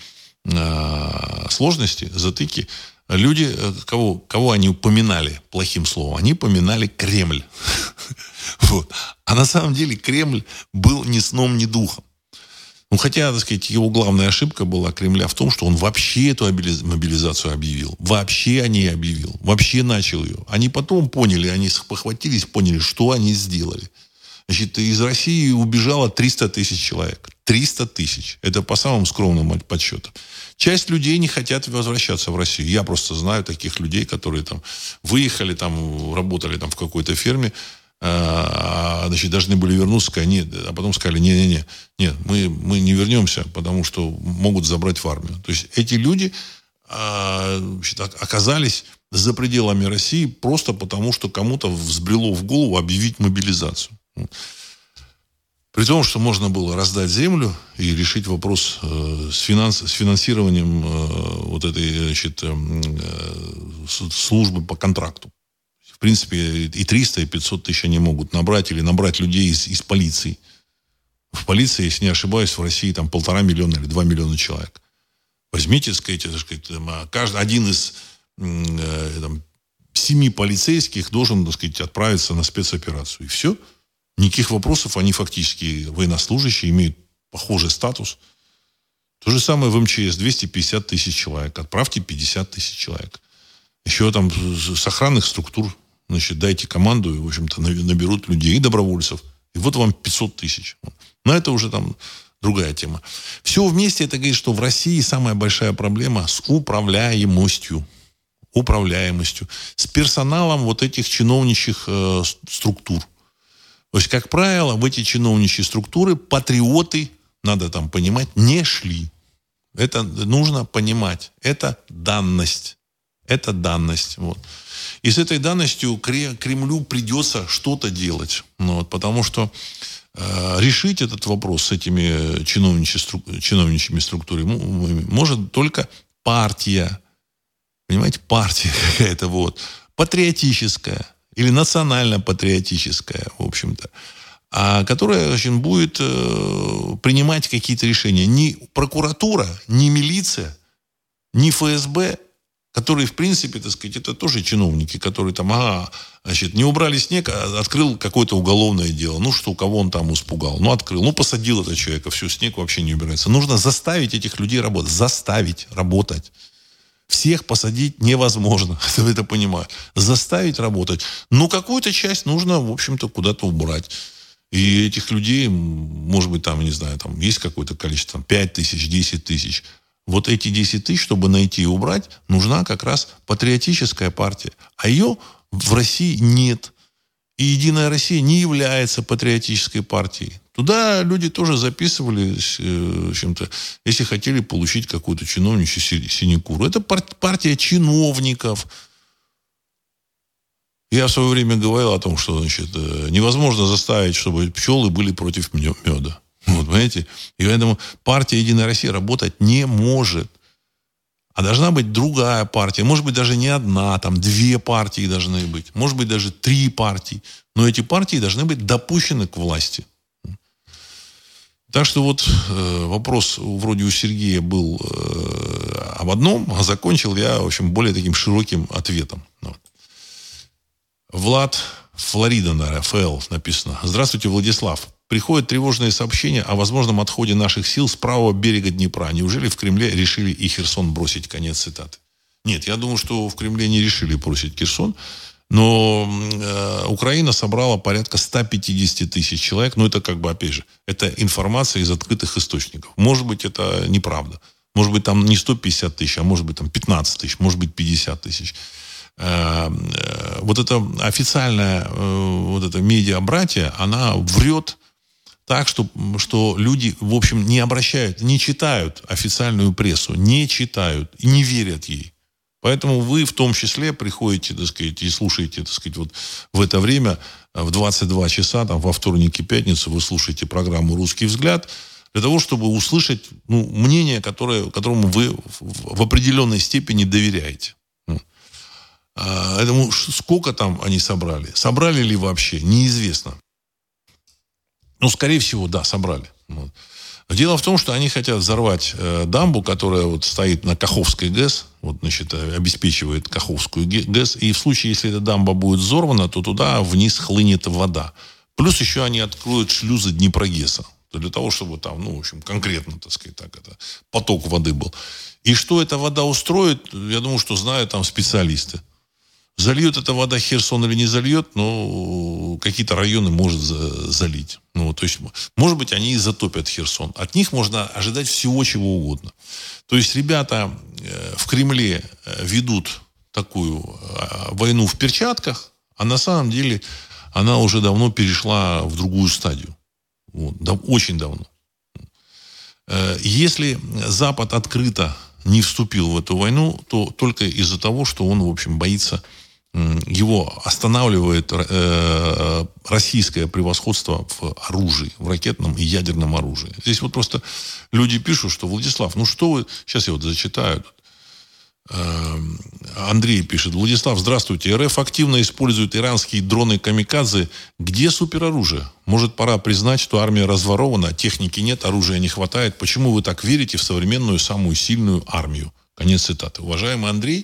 э, сложности, затыки, люди, кого, кого они упоминали плохим словом, они поминали Кремль. Вот. А на самом деле Кремль был ни сном, ни духом. Ну, хотя, так сказать, его главная ошибка была Кремля в том, что он вообще эту мобилизацию объявил. Вообще о ней объявил. Вообще начал ее. Они потом поняли, они похватились, поняли, что они сделали. Значит, из России убежало триста тысяч человек. триста тысяч. Это по самым скромным подсчетам. Часть людей не хотят возвращаться в Россию. Я просто знаю таких людей, которые там выехали, там, работали там, в какой-то ферме, а, значит, должны были вернуться, нет, а потом сказали, не-не-не, нет, мы, мы не вернемся, потому что могут забрать в армию. То есть эти люди а, значит, оказались за пределами России просто потому, что кому-то взбрело в голову объявить мобилизацию. При том, что можно было раздать землю и решить вопрос э, с, финанс, с финансированием э, вот этой, значит, э, службы по контракту. В принципе, и триста, и пятьсот тысяч они могут набрать, или набрать людей из, из полиции. В полиции, если не ошибаюсь, в России там полтора миллиона или два миллиона человек. Возьмите, сказать, так сказать, каждый, один из э, там, семи полицейских должен, так сказать, отправиться на спецоперацию. И все. Никаких вопросов, они фактически военнослужащие, имеют похожий статус. То же самое в эм че эс, двести пятьдесят тысяч человек. Отправьте пятьдесят тысяч человек. Еще там с охранных структур, значит, дайте команду, и, в общем-то, наберут людей и добровольцев. И вот вам пятьсот тысяч. Но это уже там другая тема. Все вместе это говорит, что в России самая большая проблема с управляемостью. Управляемостью. С персоналом вот этих чиновничьих э, структур. То есть, как правило, в эти чиновничьи структуры патриоты, надо там понимать, не шли. Это нужно понимать. Это данность. Это данность. Вот. И с этой данностью Кремлю придется что-то делать. Ну, вот, потому что э, решить этот вопрос с этими чиновничьими, чиновничьими структурами может только партия. Понимаете, партия какая-то вот. Патриотическая. Или национально-патриотическая, в общем-то, а, которая, значит, будет э, принимать какие-то решения. Ни прокуратура, ни милиция, ни эф эс бэ, которые, в принципе, так сказать, это тоже чиновники, которые там, ага, значит, не убрали снег, а открыл какое-то уголовное дело. Ну, что, кого он там испугал? Ну, открыл. Ну, посадил этого человека, все, снег вообще не убирается. Нужно заставить этих людей работать. Заставить работать. Всех посадить невозможно, вы это понимаете. Заставить работать. Но какую-то часть нужно, в общем-то, куда-то убрать. И этих людей, может быть, там, не знаю, там есть какое-то количество, там, пять тысяч, десять тысяч. Вот эти десять тысяч, чтобы найти и убрать, нужна как раз патриотическая партия. А ее в России нет. И «Единая Россия» не является патриотической партией. Туда люди тоже записывались, в общем-то, если хотели получить какую-то чиновничью синекуру. Это партия чиновников. Я в свое время говорил о том, что, значит, невозможно заставить, чтобы пчелы были против меда. Вот, понимаете? И поэтому партия «Единая Россия» работать не может. А должна быть другая партия. Может быть, даже не одна, там две партии должны быть. Может быть, даже три партии. Но эти партии должны быть допущены к власти. Так что вот э, вопрос вроде у Сергея был э, об одном, а закончил я, в общем, более таким широким ответом. Вот. Влад, Флорида, наверное, ФЛ написано. Здравствуйте, Владислав. приходят тревожные сообщения о возможном отходе наших сил с правого берега Днепра. Неужели в Кремле решили и Херсон бросить? Конец цитаты. Нет, я думаю, что в Кремле не решили бросить Херсон. Но э, Украина собрала порядка сто пятьдесят тысяч человек. Но это как бы, опять же, это информация из открытых источников. Может быть, это неправда. Может быть, там не сто пятьдесят тысяч, а может быть, там пятнадцать тысяч, может быть, пятьдесят тысяч. Э, э, вот эта официальная э, вот эта медиабратья, она врет так, что, что люди, в общем, не обращают, не читают официальную прессу, не читают и не верят ей. Поэтому вы в том числе приходите, так сказать, и слушаете, так сказать, вот в это время, в двадцать два часа, там, во вторник и пятницу, вы слушаете программу «Русский взгляд», для того, чтобы услышать, ну, мнение, которое, которому вы в определенной степени доверяете. Поэтому сколько там они собрали? Собрали ли вообще? Неизвестно. Ну, скорее всего, да, собрали. Вот. Дело в том, что они хотят взорвать э, дамбу, которая вот стоит на Каховской ГЭС, вот, значит, обеспечивает Каховскую ГЭС, и в случае, если эта дамба будет взорвана, то туда вниз хлынет вода. Плюс еще они откроют шлюзы Днепрогеса, для того, чтобы там, ну, в общем, конкретно, так сказать, так, это, поток воды был. И что эта вода устроит, я думаю, что знают там специалисты. Зальет эта вода Херсон или не зальет, но какие-то районы может залить. Ну, то есть, может быть, они и затопят Херсон. От них можно ожидать всего, чего угодно. То есть, ребята в Кремле ведут такую войну в перчатках, а на самом деле она уже давно перешла в другую стадию. Вот, да, очень давно. Если Запад открыто не вступил в эту войну, то только из-за того, что он, в общем, боится, его останавливает э, российское превосходство в оружии, в ракетном и ядерном оружии. Здесь вот просто люди пишут, что Владислав, ну что вы... Сейчас я вот зачитаю. Э, Андрей пишет: Владислав, здравствуйте. РФ активно использует иранские дроны-камикадзе. Где супероружие? Может, пора признать, что армия разворована, техники нет, оружия не хватает. Почему вы так верите в современную, самую сильную армию? Конец цитаты. Уважаемый Андрей,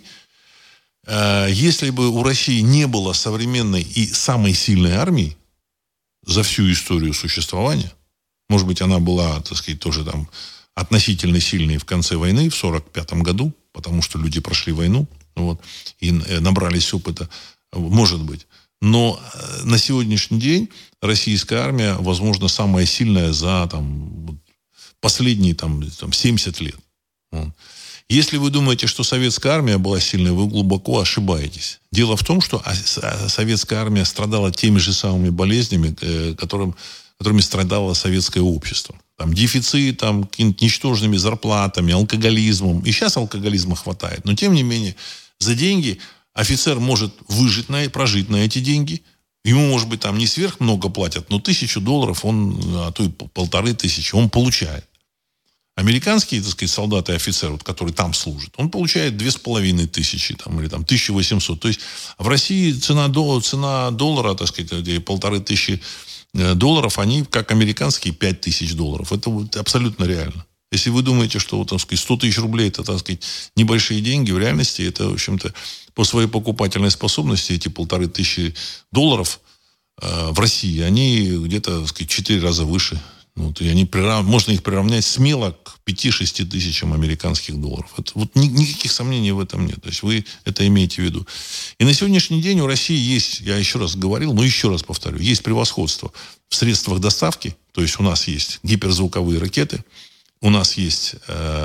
если бы у России не было современной и самой сильной армии за всю историю существования, может быть, она была, так сказать, тоже там относительно сильной в конце войны, в сорок пятом году, потому что люди прошли войну, вот, и набрались опыта, может быть. Но на сегодняшний день российская армия, возможно, самая сильная за там, последние там, там, семьдесят лет. Вот. Если вы думаете, что советская армия была сильной, вы глубоко ошибаетесь. Дело в том, что советская армия страдала теми же самыми болезнями, которым, которыми страдало советское общество. Там дефицит, там, ничтожными зарплатами, алкоголизмом. И сейчас алкоголизма хватает. Но, тем не менее, за деньги офицер может выжить на, прожить на эти деньги. Ему, может быть, там не сверх много платят, но тысячу долларов, он, а то и полторы тысячи, он получает. Американский, так сказать, солдат и офицер, вот, который там служит, он получает две с половиной тысячи там, или там тысяча восемьсот. То есть в России цена, цена доллара, так сказать, полторы тысячи долларов, они как американские пять тысяч долларов. Это вот абсолютно реально. Если вы думаете, что вот, так сказать, сто тысяч рублей это, так сказать, небольшие деньги, в реальности это, в общем-то, по своей покупательной способности эти полторы тысячи долларов э, в России, они где-то, так сказать, четыре раза выше. Вот, и они прирав... Можно их приравнять смело к пяти-шести тысячам американских долларов. Это, вот ни, никаких сомнений в этом нет. То есть вы это имеете в виду. И на сегодняшний день у России есть, я еще раз говорил, но еще раз повторю, есть превосходство в средствах доставки. То есть у нас есть гиперзвуковые ракеты, у нас есть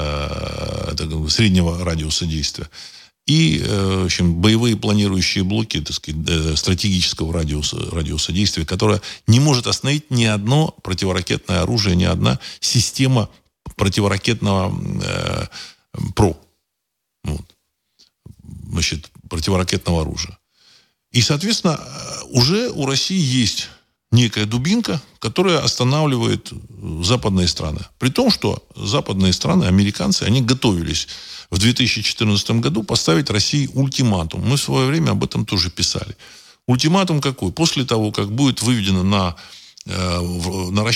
э, это, среднего радиуса действия. И, в общем, боевые планирующие блоки, так сказать, стратегического радиуса, радиуса действия, которая не может остановить ни одно противоракетное оружие, ни одна система противоракетного э, ПРО. Вот. Значит, противоракетного оружия. И, соответственно, уже у России есть некая дубинка, которая останавливает западные страны. При том, что западные страны, американцы, они готовились в две тысячи четырнадцатом году поставить России ультиматум. Мы в свое время об этом тоже писали. Ультиматум какой? После того, как будет выведена на, э, на,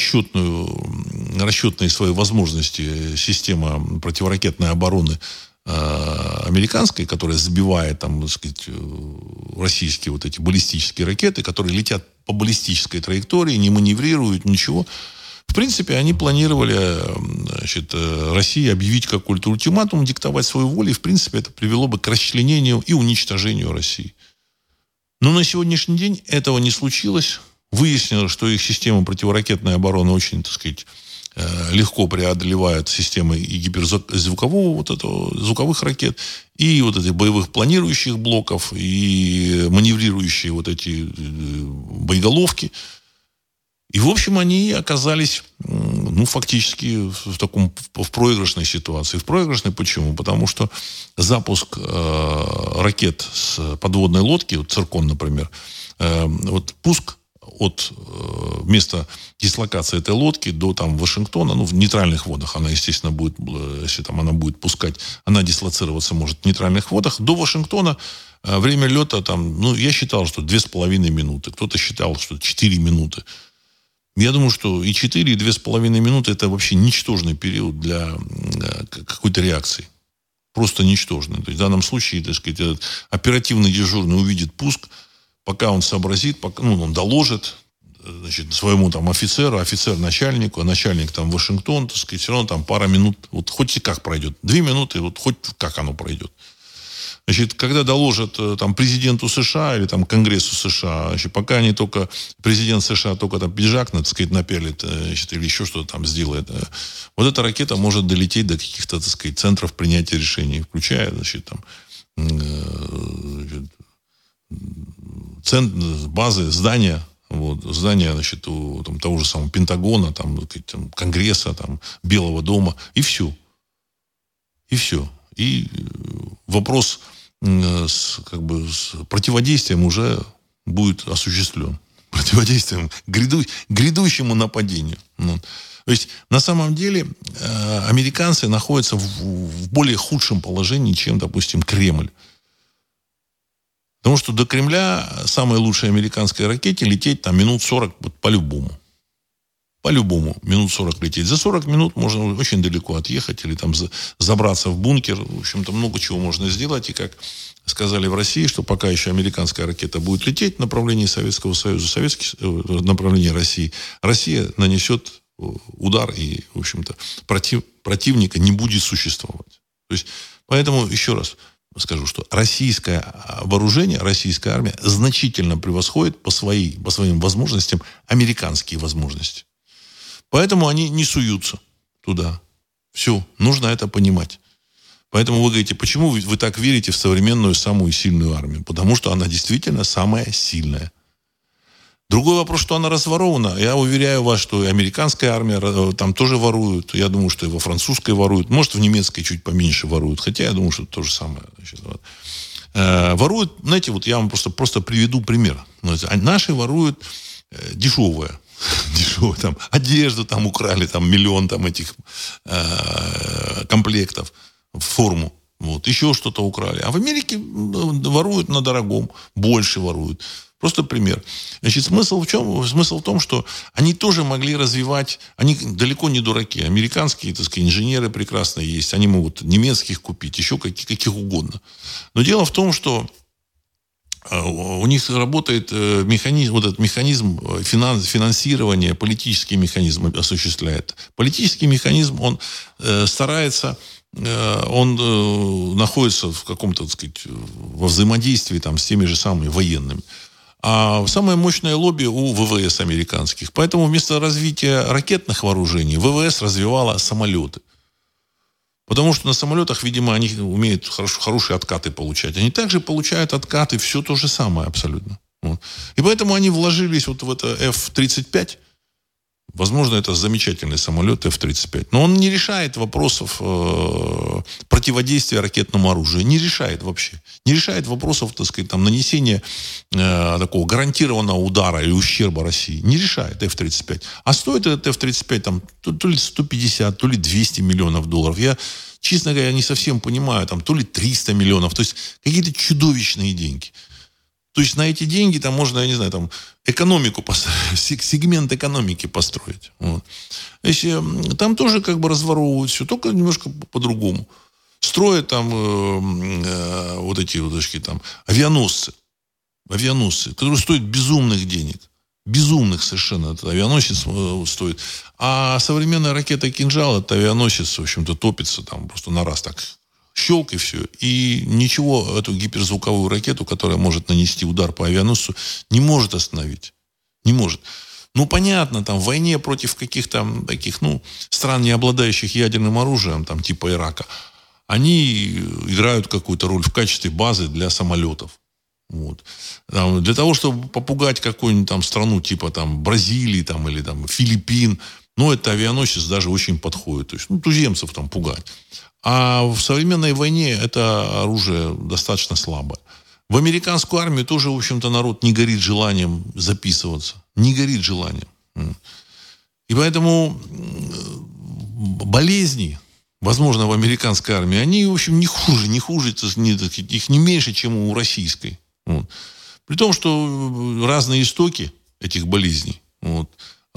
расчетную, на расчетные свои возможности система противоракетной обороны э, американской, которая сбивает там, так сказать, российские вот эти баллистические ракеты, которые летят по баллистической траектории, не маневрируют, ничего. В принципе, они планировали, значит, России объявить какой-то ультиматум, диктовать свою волю, и, в принципе, это привело бы к расчленению и уничтожению России. Но на сегодняшний день этого не случилось. Выяснилось, что их система противоракетной обороны очень, так сказать, легко преодолевают системы и гиперзвукового вот этого, звуковых ракет, и вот этих боевых планирующих блоков, и маневрирующие вот эти боеголовки. И, в общем, они оказались, ну, фактически в таком, в проигрышной ситуации. В проигрышной почему? Потому что запуск э, ракет с подводной лодки, вот «Циркон», например, э, вот пуск от э, места дислокации этой лодки до там Вашингтона, ну, в нейтральных водах она, естественно, будет, если там она будет пускать, она дислоцироваться может в нейтральных водах, до Вашингтона э, время лета там, ну, я считал, что две с половиной минуты, кто-то считал, что четыре минуты. Я думаю, что и четыре, и две с половиной минуты это вообще ничтожный период для э, какой-то реакции. Просто ничтожный. То есть в данном случае, так сказать, этот оперативный дежурный увидит пуск, пока он сообразит, пока, ну, он доложит, значит, своему там офицеру, офицер начальнику, а начальник там Вашингтон, так сказать, все равно там пара минут, вот хоть и как пройдет. Две минуты, вот хоть как оно пройдет. Значит, когда доложат там президенту США или там Конгрессу США, значит, пока они только, президент США только там пиджак, так сказать, напялит, значит, или еще что-то там сделает, вот эта ракета может долететь до каких-то, так сказать, центров принятия решений, включая, значит, там, значит, центр, базы, здания, вот, здания, значит, у там, того же самого Пентагона, там, там, Конгресса, там, Белого дома, и все. И все. И вопрос с, как бы, с противодействием уже будет осуществлен. Противодействием гряду, грядущему нападению. Ну, то есть, на самом деле, э, американцы находятся в, в более худшем положении, чем, допустим, Кремль. Потому что до Кремля самой лучшей американской ракете лететь там минут сорок вот, по-любому. По-любому. Минут сорок лететь. За сорок минут можно очень далеко отъехать или там за, забраться в бункер. В общем-то, много чего можно сделать. И как сказали в России, что пока еще американская ракета будет лететь в направлении Советского Союза, советский, в направлении России, Россия нанесет удар и, в общем-то, против, противника не будет существовать. То есть, поэтому еще раз скажу, что российское вооружение, российская армия значительно превосходит по, своей, по своим возможностям американские возможности. Поэтому они не суются туда. Все, нужно это понимать. Поэтому вы говорите, почему вы, вы так верите в современную самую сильную армию? Потому что она действительно самая сильная. Другой вопрос, что она разворована. Я уверяю вас, что и американская армия там тоже воруют. Я думаю, что и во французской воруют. Может, в немецкой чуть поменьше воруют. Хотя я думаю, что это то же самое. Значит, вот. э, воруют, знаете, вот я вам просто, просто приведу пример. Наши воруют э, дешевое. Дешевое. Там, одежду там украли, там миллион там, этих э, комплектов в форму. Вот. Еще что-то украли. А в Америке воруют на дорогом. Больше воруют. Просто пример. Значит, смысл в чем? Смысл в том, что они тоже могли развивать, они далеко не дураки. Американские, так сказать, инженеры прекрасные есть. Они могут немецких купить, еще каких, каких угодно. Но дело в том, что у них работает механизм, вот этот механизм финанс, финансирования, политический механизм осуществляет. Политический механизм, он э, старается, э, он э, находится в каком-то, так сказать, во взаимодействии там, с теми же самыми военными. А самое мощное лобби у ВВС американских. Поэтому вместо развития ракетных вооружений ВВС развивала самолеты. Потому что на самолетах, видимо, они умеют хорошо, хорошие откаты получать. Они также получают откаты, все то же самое абсолютно. Вот. И поэтому они вложились вот в это эф тридцать пять. Возможно, это замечательный самолет эф тридцать пять. Но он не решает вопросов э, противодействия ракетному оружию. Не решает вообще. Не решает вопросов, так сказать, там, нанесения э, такого гарантированного удара или ущерба России. Не решает эф тридцать пять. А стоит этот эф тридцать пять там, то, то ли сто пятьдесят, то ли двести миллионов долларов. Я, честно говоря, не совсем понимаю. Там, то ли триста миллионов. То есть какие-то чудовищные деньги. То есть на эти деньги там можно, я не знаю, там экономику построить, сегмент экономики построить. Вот. Если, там тоже как бы разворовывают все, только немножко по-другому. Строят там э, э, вот эти вот точки, там, авианосцы. Авианосцы, которые стоят безумных денег. Безумных совершенно. Этот авианосец э, стоит. А современная ракета «Кинжал», это авианосец, в общем-то, топится там просто на раз так. Щелк и все. И ничего эту гиперзвуковую ракету, которая может нанести удар по авианосцу, не может остановить. Не может. Ну, понятно, там, в войне против каких-то таких, ну, стран, не обладающих ядерным оружием, там, типа Ирака, они играют какую-то роль в качестве базы для самолетов. Вот. Там, для того, чтобы попугать какую-нибудь там страну, типа там Бразилии там, или там, Филиппин, ну, это авианосец даже очень подходит. То есть, ну, туземцев там пугать. А в современной войне это оружие достаточно слабое. В американскую армию тоже, в общем-то, народ не горит желанием записываться. Не горит желанием. И поэтому болезни, возможно, в американской армии, они, в общем, не хуже, не хуже, их не меньше, чем у российской. Вот. При том, что разные истоки этих болезней, вот,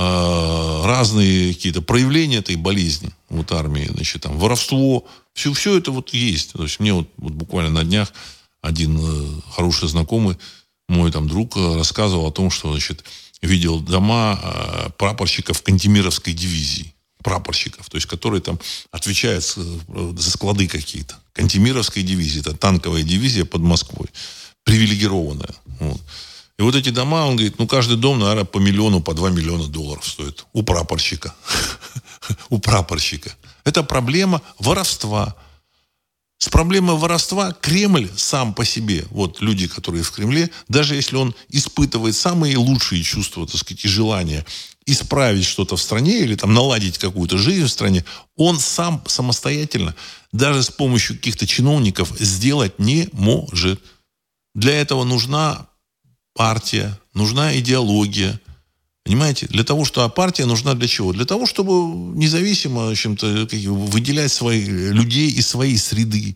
разные какие-то проявления этой болезни вот, армии, значит, там, воровство, все, все это вот есть. То есть мне вот, вот буквально на днях один э, хороший знакомый, мой там друг, э, рассказывал о том, что, значит, видел дома э, прапорщиков Кантемировской дивизии. Прапорщиков, то есть, которые там отвечают э, за склады какие-то. Кантемировской дивизии, это танковая дивизия под Москвой. Привилегированная. Вот. И вот эти дома, он говорит, ну, каждый дом, наверное, по миллиону, по два миллиона долларов стоит. У прапорщика. У прапорщика. Это проблема воровства. С проблемой воровства Кремль сам по себе, вот люди, которые в Кремле, даже если он испытывает самые лучшие чувства, так сказать, и желания исправить что-то в стране или там наладить какую-то жизнь в стране, он сам самостоятельно, даже с помощью каких-то чиновников, сделать не может. Для этого нужна партия, нужна идеология. Понимаете? Для того, что а партия нужна для чего? Для того, чтобы независимо, в общем-то, выделять своих людей из своей среды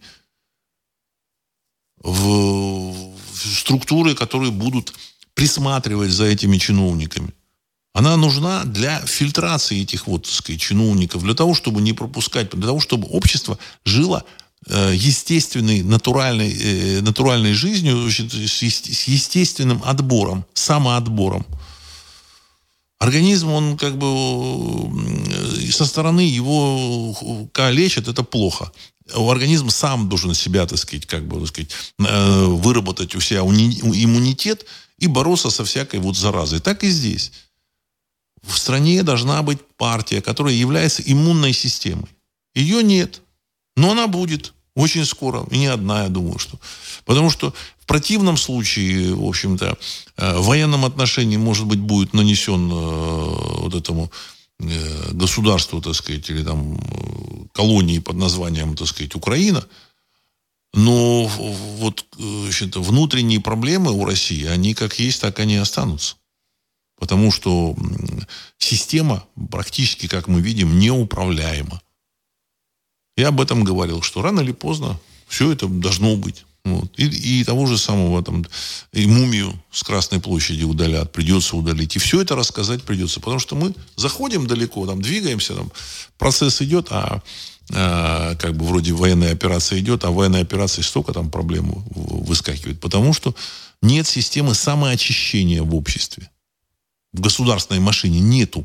в, в структуры, которые будут присматривать за этими чиновниками. Она нужна для фильтрации этих вот, так сказать, чиновников, для того, чтобы не пропускать, для того, чтобы общество жило э, естественной, натуральной, э, натуральной жизнью, с естественным отбором, самоотбором. Организм, он как бы со стороны его калечит, это плохо. Организм сам должен себя, так сказать, как бы, так сказать, выработать у себя иммунитет и бороться со всякой вот заразой. Так и здесь. В стране должна быть партия, которая является иммунной системой. Ее нет, но она будет очень скоро, и не одна, я думаю, что. Потому что в противном случае, в общем-то, в военном отношении, может быть, будет нанесен вот этому государству, так сказать, или там колонии под названием, так сказать, Украина. Но вот, в-общем-то, внутренние проблемы у России, они как есть, так они и останутся. Потому что система практически, как мы видим, неуправляема. Я об этом говорил, что рано или поздно все это должно быть. Вот. И, и того же самого там, и мумию с Красной площади удалят, придется удалить. И все это рассказать придется. Потому что мы заходим далеко, там, двигаемся, там, процесс идет, а, а как бы вроде военная операция идет, а в военной операции столько там проблем выскакивает. Потому что нет системы самоочищения в обществе. В государственной машине нету.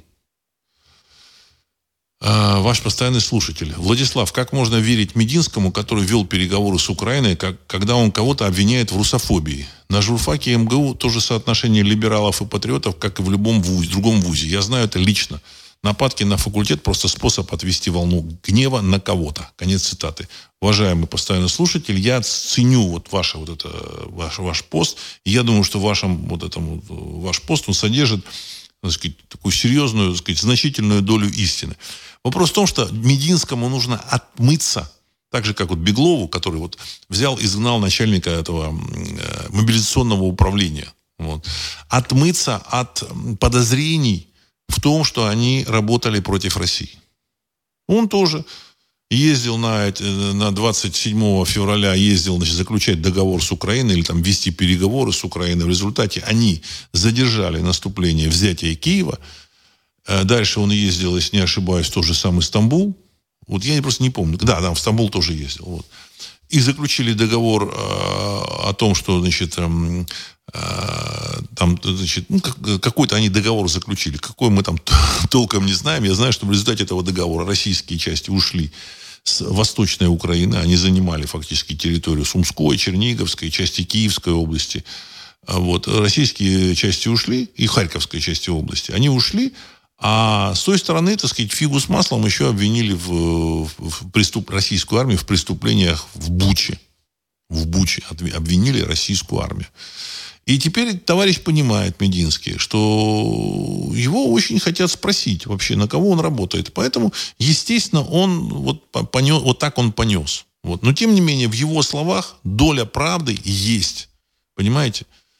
А, ваш постоянный слушатель. Владислав, как можно верить Мединскому, который вел переговоры с Украиной, как, когда он кого-то обвиняет в русофобии? На журфаке МГУ тоже соотношение либералов и патриотов, как и в любом вузе, другом вузе. Я знаю это лично. Нападки на факультет просто способ отвести волну гнева на кого-то. Конец цитаты. Уважаемый постоянный слушатель, я ценю вот, ваше, вот это, ваш, ваш пост. И я думаю, что вашем, вот этом, ваш пост он содержит, так сказать, такую серьезную, так сказать, значительную долю истины. Вопрос в том, что Мединскому нужно отмыться, так же, как вот Беглову, который вот взял и изгнал начальника этого э, мобилизационного управления. Вот. Отмыться от подозрений в том, что они работали против России. Он тоже ездил на, на двадцать седьмого февраля, ездил, значит, заключать договор с Украиной или там вести переговоры с Украиной. В результате они задержали наступление, взятие Киева. Дальше он ездил, если не ошибаюсь, в тот же самый Стамбул. Вот я просто не помню. Да, там в Стамбул тоже ездил. Вот. И заключили договор э, о том, что, значит, э, э, там, значит, ну, как, какой-то они договор заключили. Какой мы там толком не знаем. Я знаю, что в результате этого договора российские части ушли с Восточной Украины. Они занимали фактически территорию Сумской, Черниговской, части Киевской области. Вот. Российские части ушли, и Харьковской части области. Они ушли, а с той стороны, так сказать, фигу с маслом еще обвинили в, в преступ... российскую армию в преступлениях в Буче. В Буче обвинили российскую армию. И теперь товарищ понимает, Мединский, что его очень хотят спросить вообще, на кого он работает. Поэтому, естественно, он вот, понес, вот так он понес. Вот. Но, тем не менее, в его словах доля правды есть. Понимаете?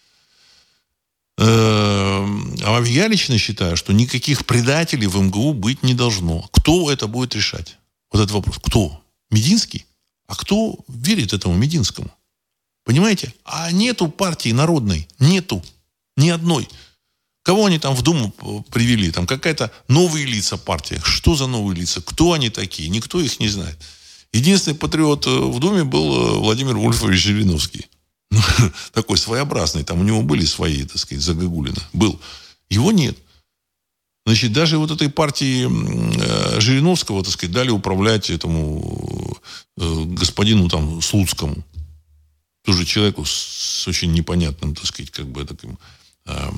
А я лично считаю, что никаких предателей в эм гэ у быть не должно. Кто это будет решать? Вот этот вопрос. Кто? Мединский? А кто верит этому Мединскому? Понимаете? А нету партии народной. Нету. Ни одной. Кого они там в Думу привели? Там какая-то новые лица партии. Что за новые лица? Кто они такие? Никто их не знает. Единственный патриот в Думе был Владимир Вольфович Жириновский. Такой своеобразный. Там у него были свои, так сказать, загогулины. Был. Его нет. Значит, даже вот этой партии Жириновского, так сказать, дали управлять этому господину там Слуцкому. Тоже человеку с очень непонятным, так сказать, как бы таким э,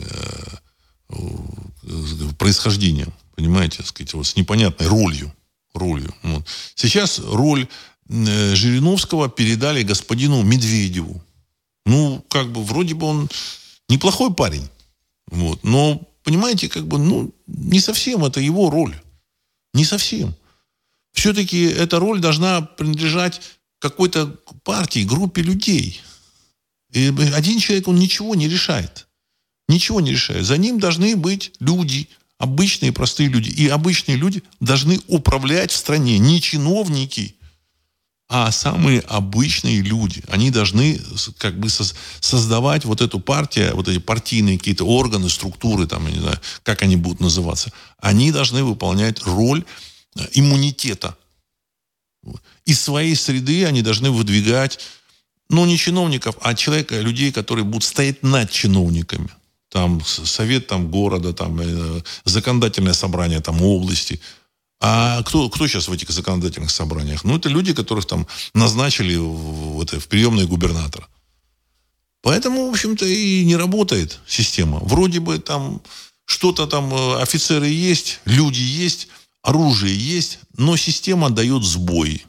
э, происхождением, понимаете, так сказать, вот с непонятной ролью. ролью. Вот. Сейчас роль э, Жириновского передали господину Медведеву. Ну, как бы, вроде бы он неплохой парень. Вот. Но, понимаете, как бы, ну, не совсем это его роль. Не совсем. Все-таки эта роль должна принадлежать какой-то партии, группе людей. И один человек, он ничего не решает. Ничего не решает. За ним должны быть люди, обычные простые люди. И обычные люди должны управлять в стране. Не чиновники, а самые обычные люди. Они должны как бы создавать вот эту партию, вот эти партийные какие-то органы, структуры, там, я не знаю, как они будут называться. Они должны выполнять роль иммунитета. Из своей среды они должны выдвигать, ну, не чиновников, а человека, людей, которые будут стоять над чиновниками. Там совет там, города, там, э, законодательное собрание там, области. А кто, кто сейчас в этих законодательных собраниях? Ну, это люди, которых там назначили в, в, это, в приемные губернатора. Поэтому, в общем-то, и не работает система. Вроде бы там что-то там, офицеры есть, люди есть, оружие есть, но система дает сбои.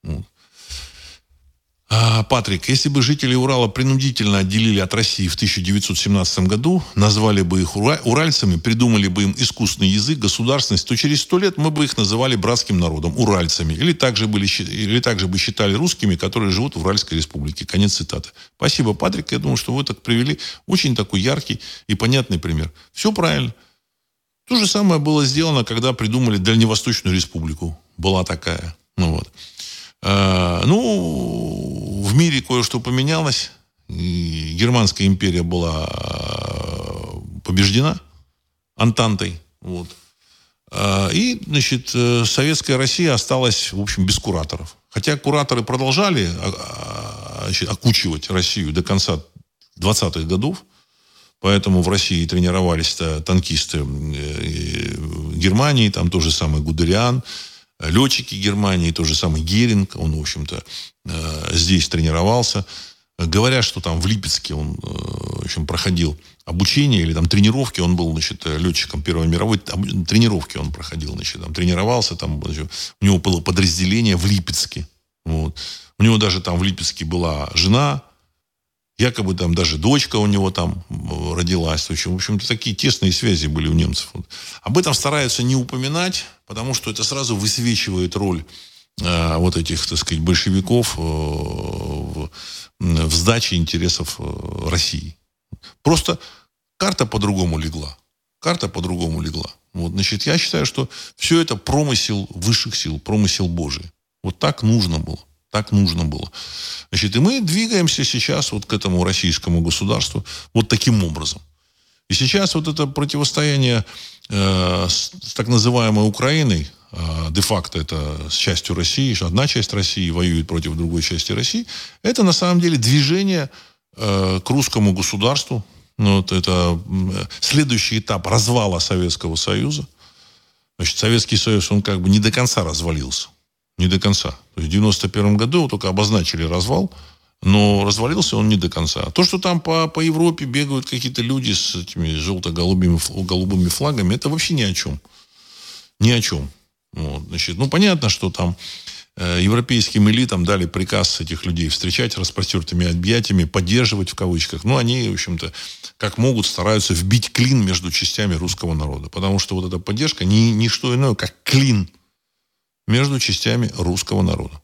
А, Патрик, если бы жители Урала принудительно отделили от России в тысяча девятьсот семнадцатом году, назвали бы их ура- уральцами, придумали бы им искусственный язык, государственность, то через сто лет мы бы их называли братским народом, уральцами. Или также, были, или также бы считали русскими, которые живут в Уральской республике. Конец цитаты. Спасибо, Патрик. Я думаю, что вы так привели очень такой яркий и понятный пример. Все правильно. То же самое было сделано, когда придумали Дальневосточную республику. Была такая. Ну, вот. а, ну, в мире кое-что поменялось. И Германская империя была побеждена Антантой. Вот. А, и, значит, Советская Россия осталась, в общем, без кураторов. Хотя кураторы продолжали значит, окучивать Россию до конца двадцатых годов. Поэтому в России тренировались танкисты Германии, там тот же самый Гудериан, летчики Германии, тот же самый Геринг, он, в общем-то, здесь тренировался. Говорят, что там в Липецке он, в общем, проходил обучение или там тренировки, он был, значит, летчиком Первой мировой, тренировки он проходил, значит, там тренировался, там, значит, у него было подразделение в Липецке. Вот. У него даже там в Липецке была жена, якобы там даже дочка у него там родилась. В общем-то, такие тесные связи были у немцев. Вот. Об этом стараются не упоминать, потому что это сразу высвечивает роль э, вот этих, так сказать, большевиков э, в, в сдаче интересов э, России. Просто карта по-другому легла. Карта по-другому легла. Вот, значит, я считаю, что все это промысел высших сил, промысел Божий. Вот так нужно было. Так нужно было. Значит, и мы двигаемся сейчас вот к этому российскому государству вот таким образом. И сейчас вот это противостояние э, с, с так называемой Украиной, де-факто это с частью России, одна часть России воюет против другой части России, это на самом деле движение к русскому государству. Ну, вот это следующий этап развала Советского Союза. Значит, Советский Союз, он как бы не до конца развалился. Не до конца. То есть в девяносто первом году только обозначили развал, но развалился он не до конца. То, что там по, по Европе бегают какие-то люди с этими желто-голубыми голубыми флагами, это вообще ни о чем. Ни о чем. Вот, значит, ну, понятно, что там э, европейским элитам дали приказ этих людей встречать распростертыми объятиями, поддерживать в кавычках. Ну, они, в общем-то, как могут, стараются вбить клин между частями русского народа. Потому что вот эта поддержка не, не что иное, как клин между частями русского народа.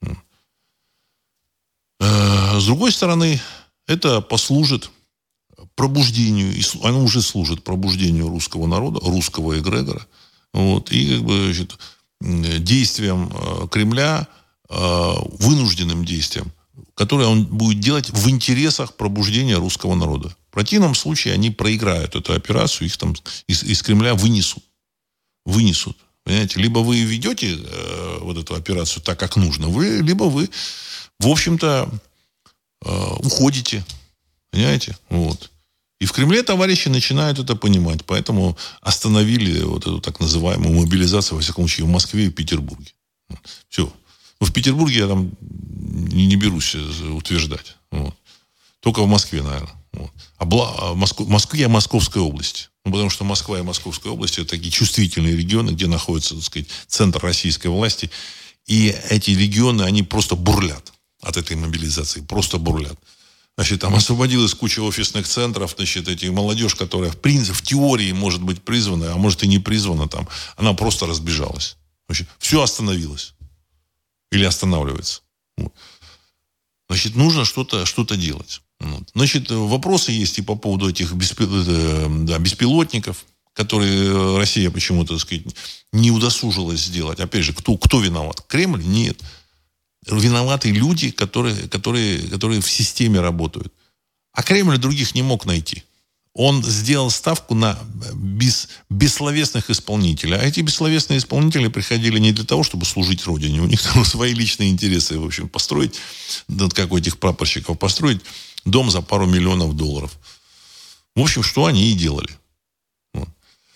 Э, с другой стороны, это послужит пробуждению, оно уже служит пробуждению русского народа, русского эгрегора. Вот, и как бы, значит, действием э, Кремля, э, вынужденным действием, которое он будет делать в интересах пробуждения русского народа. В противном случае они проиграют эту операцию, их там из, из Кремля вынесут. Вынесут. Понимаете? Либо вы ведете э, вот эту операцию так, как нужно, вы, либо вы, в общем-то, э, уходите. Понимаете? Вот. И в Кремле товарищи начинают это понимать. Поэтому остановили вот эту так называемую мобилизацию, во всяком случае, в Москве и в Петербурге. Все. В Петербурге я там не, не берусь утверждать. Вот. Только в Москве, наверное. Вот. А, бла, а в Москве, Москве, Московской области. Ну, потому что Москва и Московская область — это такие чувствительные регионы, где находится, так сказать, центр российской власти. И эти регионы, они просто бурлят от этой мобилизации. Просто бурлят. Значит, там освободилась куча офисных центров, значит, эти молодежь, которая в принципе, в теории может быть призвана, а может и не призвана там, она просто разбежалась. Значит, все остановилось. Или останавливается. Вот. Значит, нужно что-то, что-то делать. Вот. Значит, вопросы есть и по поводу этих беспил... да, беспилотников, которые Россия почему-то, так сказать, не удосужилась сделать. Опять же, кто, кто виноват? Кремль? Нет. Виноваты люди, которые, которые, которые в системе работают. А Кремль других не мог найти. Он сделал ставку на бес, бессловесных исполнителей. А эти бессловесные исполнители приходили не для того, чтобы служить Родине. У них там свои личные интересы. В общем, построить, как у этих прапорщиков, построить дом за пару миллионов долларов. В общем, что они и делали. Вот.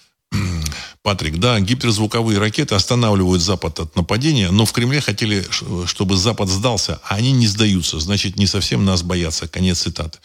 Патрик, да, гиперзвуковые ракеты останавливают Запад от нападения, но в Кремле хотели, чтобы Запад сдался, а они не сдаются. Значит, не совсем нас боятся. Конец цитаты.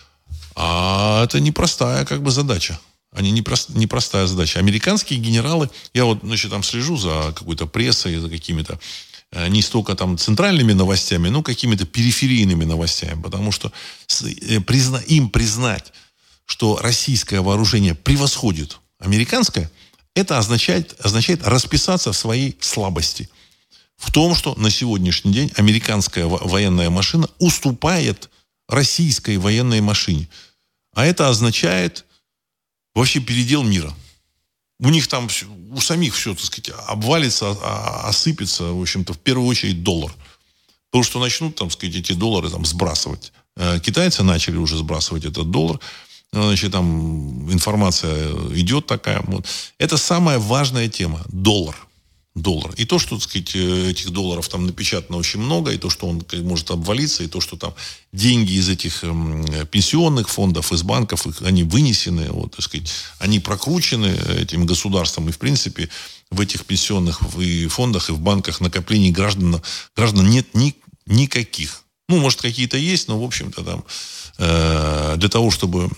А это непростая как бы задача. Они непрост, непростая задача. Американские генералы, я вот, значит, там слежу за какой-то прессой, за какими-то не столько там центральными новостями, но какими-то периферийными новостями. Потому что призна, им признать, что российское вооружение превосходит американское, это означает, означает расписаться в своей слабости. В том, что на сегодняшний день американская военная машина уступает российской военной машине. А это означает вообще передел мира. У них там, у самих все, так сказать, обвалится, осыпется, в общем-то, в первую очередь доллар. Потому что начнут, там, сказать, эти доллары там сбрасывать. Китайцы начали уже сбрасывать этот доллар. Значит, там информация идет такая. Вот. Это самая важная тема. Доллар. Доллар. И то, что, так сказать, этих долларов там напечатано очень много, и то, что он может обвалиться, и то, что там деньги из этих э, пенсионных фондов, из банков, их, они вынесены, вот, так сказать, они прокручены этим государством, и, в принципе, в этих пенсионных и фондах, и в банках накоплений граждан, граждан нет ни, никаких. Ну, может, какие-то есть, но, в общем-то, там э, для того, чтобы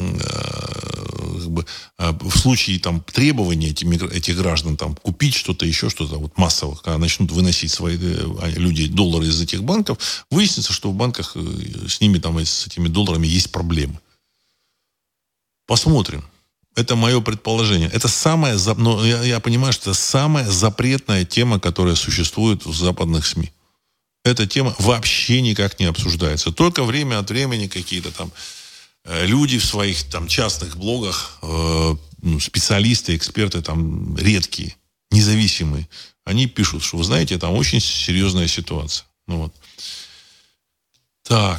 э, как бы, э, в случае там, требования этих, этих граждан там, купить что-то, еще что-то вот, массово, когда начнут выносить свои э, люди доллары из этих банков, выяснится, что в банках э, с ними, там, с этими долларами есть проблемы. Посмотрим. Это мое предположение. Это самая, но я, я понимаю, что это самая запретная тема, которая существует в западных СМИ. Эта тема вообще никак не обсуждается. Только время от времени какие-то там э, люди в своих там частных блогах, э, ну, специалисты, эксперты там редкие, независимые, они пишут, что, вы знаете, там очень серьезная ситуация. Ну, вот. Так.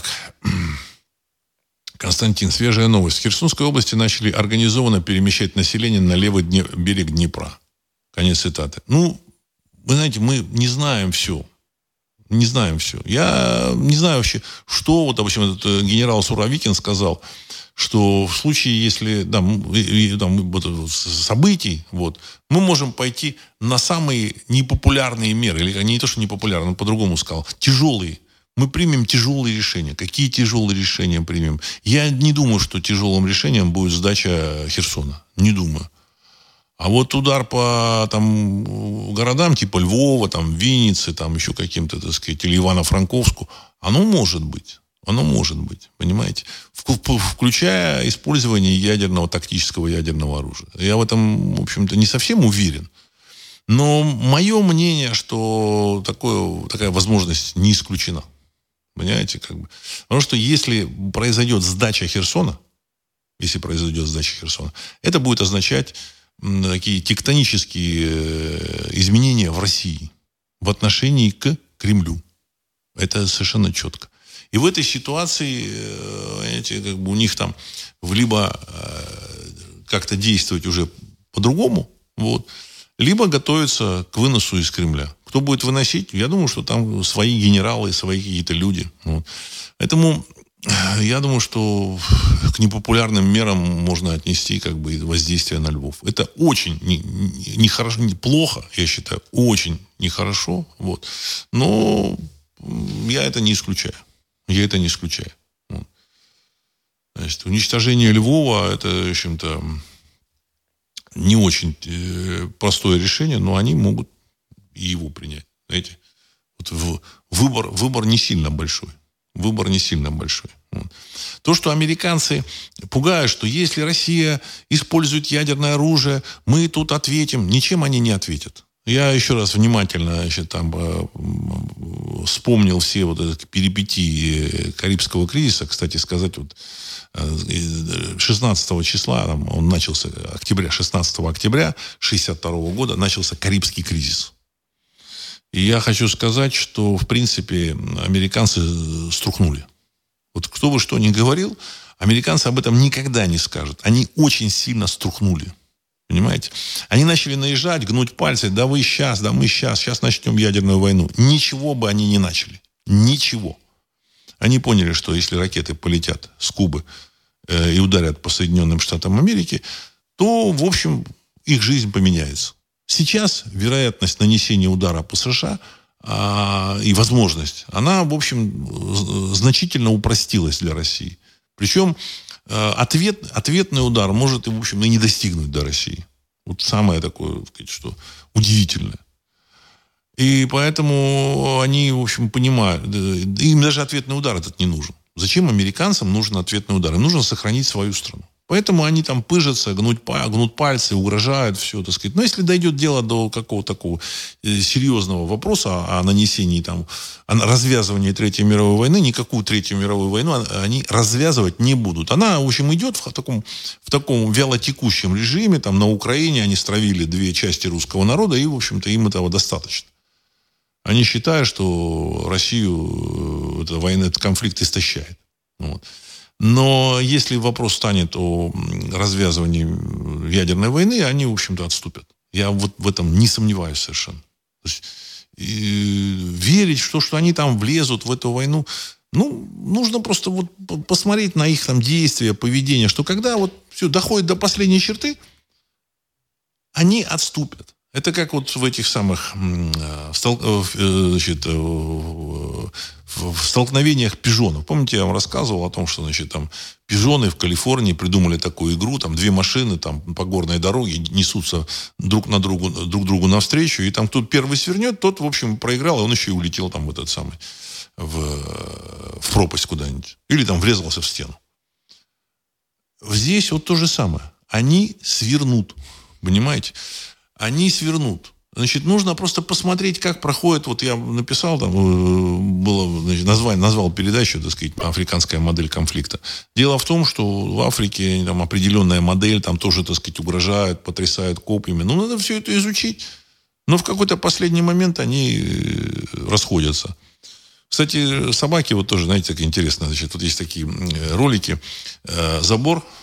Константин, свежая новость. В Херсонской области начали организованно перемещать население на левый дне, берег Днепра. Конец цитаты. Ну, вы знаете, мы не знаем все. Не знаем все. Я не знаю вообще, что, вот, допустим, этот генерал Суровикин сказал, что в случае, если да, там, вот, событий, вот, мы можем пойти на самые непопулярные меры, или не то, что непопулярные, он по-другому сказал, тяжелые. Мы примем тяжелые решения. Какие тяжелые решения примем? Я не думаю, что тяжелым решением будет сдача Херсона. Не думаю. А вот удар по там, городам типа Львова, там, Винницы, там, еще каким-то, так сказать, или Ивано-Франковску, оно может быть. Оно может быть, понимаете? Включая использование ядерного, тактического ядерного оружия. Я в этом, в общем-то, не совсем уверен. Но мое мнение, что такое, такая возможность не исключена. Понимаете? Как бы. Потому что если произойдет сдача Херсона, если произойдет сдача Херсона, это будет означать такие тектонические изменения в России в отношении к Кремлю. Это совершенно четко. И в этой ситуации, знаете, как бы у них там либо как-то действовать уже по-другому, вот, либо готовиться к выносу из Кремля. Кто будет выносить? Я думаю, что там свои генералы, свои какие-то люди. Вот. Поэтому я думаю, что к непопулярным мерам можно отнести как бы воздействие на Львов. Это очень нехорошо, не, не плохо, я считаю, очень нехорошо. Вот. Но я это не исключаю. Я это не исключаю. Вот. Значит, уничтожение Львова, это, в общем-то, не очень простое решение, но они могут и его принять. Знаете, вот выбор, выбор не сильно большой. Выбор не сильно большой. Вот. То, что американцы пугают, что если Россия использует ядерное оружие, мы тут ответим. Ничем они не ответят. Я еще раз внимательно значит, там, вспомнил все вот эти перипетии Карибского кризиса. Кстати сказать, вот шестнадцатого числа, там, он начался, октября, шестнадцатого октября шестьдесят второго года начался Карибский кризис. И я хочу сказать, что, в принципе, американцы струхнули. Вот кто бы что ни говорил, американцы об этом никогда не скажут. Они очень сильно струхнули. Понимаете? Они начали наезжать, гнуть пальцы. Да вы сейчас, да мы сейчас, сейчас начнем ядерную войну. Ничего бы они не начали. Ничего. Они поняли, что если ракеты полетят с Кубы э, и ударят по Соединенным Штатам Америки, то, в общем, их жизнь поменяется. Сейчас вероятность нанесения удара по США а, и возможность, она, в общем, значительно упростилась для России. Причем а, ответ, ответный удар может, в общем, и не достигнуть до России. Вот самое такое, сказать, что удивительное. И поэтому они, в общем, понимают, им даже ответный удар этот не нужен. Зачем американцам нужен ответный удар? Им нужно сохранить свою страну. Поэтому они там пыжатся, гнут, гнут пальцы, угрожают, все, так сказать. Но если дойдет дело до какого-то такого серьезного вопроса о нанесении, там, о развязывании Третьей мировой войны, никакую Третью мировую войну они развязывать не будут. Она, в общем, идет в таком, в таком вялотекущем режиме. Там на Украине они стравили две части русского народа, и, в общем-то, им этого достаточно. Они считают, что Россию эта война, этот конфликт истощает. Вот. Но если вопрос станет о развязывании ядерной войны, они, в общем-то, отступят. Я вот в этом не сомневаюсь совершенно. То есть, и верить в то, что они там влезут в эту войну, ну, нужно просто вот посмотреть на их там действия, поведение, что когда вот все доходит до последней черты, они отступят. Это как вот в этих самых значит, в столкновениях пижонов. Помните, я вам рассказывал о том, что значит, там, пижоны в Калифорнии придумали такую игру, там две машины там, по горной дороге несутся друг на другу, друг другу навстречу, и там кто первый свернет, тот, в общем, проиграл, и он еще и улетел там в этот самый, в, в пропасть куда-нибудь. Или там врезался в стену. Здесь вот то же самое. Они свернут. Понимаете? Они свернут. Значит, нужно просто посмотреть, как проходит, вот я написал, там, было, значит, название, назвал передачу, так сказать, африканская модель конфликта. Дело в том, что в Африке там определенная модель, там тоже, так сказать, угрожают, потрясают копьями. Ну, надо все это изучить. Но в какой-то последний момент они расходятся. Кстати, собаки вот тоже, знаете, так интересно. Значит, вот есть такие ролики. Забор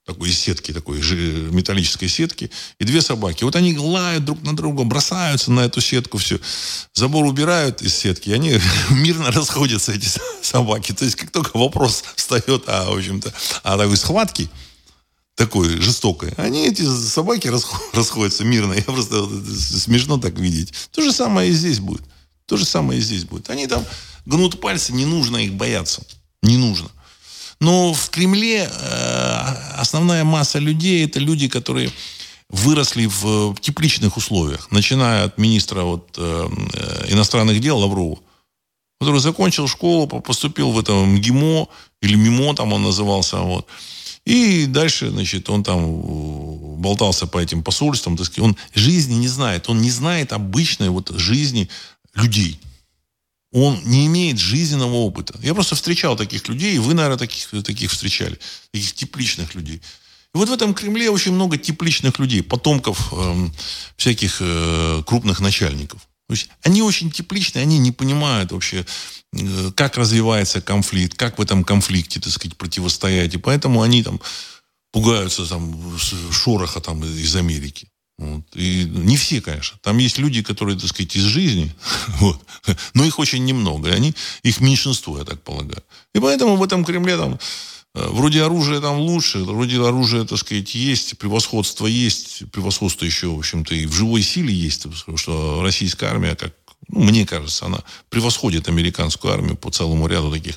такой из сетки, такой же металлической сетки, и две собаки. Вот они лают друг на друга, бросаются на эту сетку, все. Забор убирают из сетки, и они мирно расходятся, эти собаки. То есть, как только вопрос встает о, в общем-то, о такой схватке, такой жестокой, они, эти собаки, расходятся мирно. Я просто смешно так видеть. То же самое и здесь будет. То же самое и здесь будет. Они там гнут пальцы, не нужно их бояться. Не нужно. Но в Кремле э, основная масса людей — это люди, которые выросли в тепличных условиях. Начиная от министра вот, э, иностранных дел Лаврова, который закончил школу, поступил в это МГИМО, или МИМО там он назывался. Вот. И дальше, значит, он там болтался по этим посольствам. Так сказать, он жизни не знает. Он не знает обычной вот жизни людей. Он не имеет жизненного опыта. Я просто встречал таких людей, и вы, наверное, таких, таких встречали. Таких тепличных людей. И вот в этом Кремле очень много тепличных людей, потомков э, всяких э, крупных начальников. То есть они очень тепличные, они не понимают вообще, э, как развивается конфликт, как в этом конфликте, так сказать, противостоять. И поэтому они там пугаются там, шороха там, из Америки. Вот. И не все, конечно. Там есть люди, которые, так сказать, из жизни, вот. Но их очень немного. И они, их меньшинство, я так полагаю. И поэтому в этом Кремле там вроде оружия там лучше, вроде оружия, так сказать, есть, превосходство есть, превосходство еще, в общем-то, и в живой силе есть, потому что российская армия, как, ну, мне кажется, она превосходит американскую армию по целому ряду таких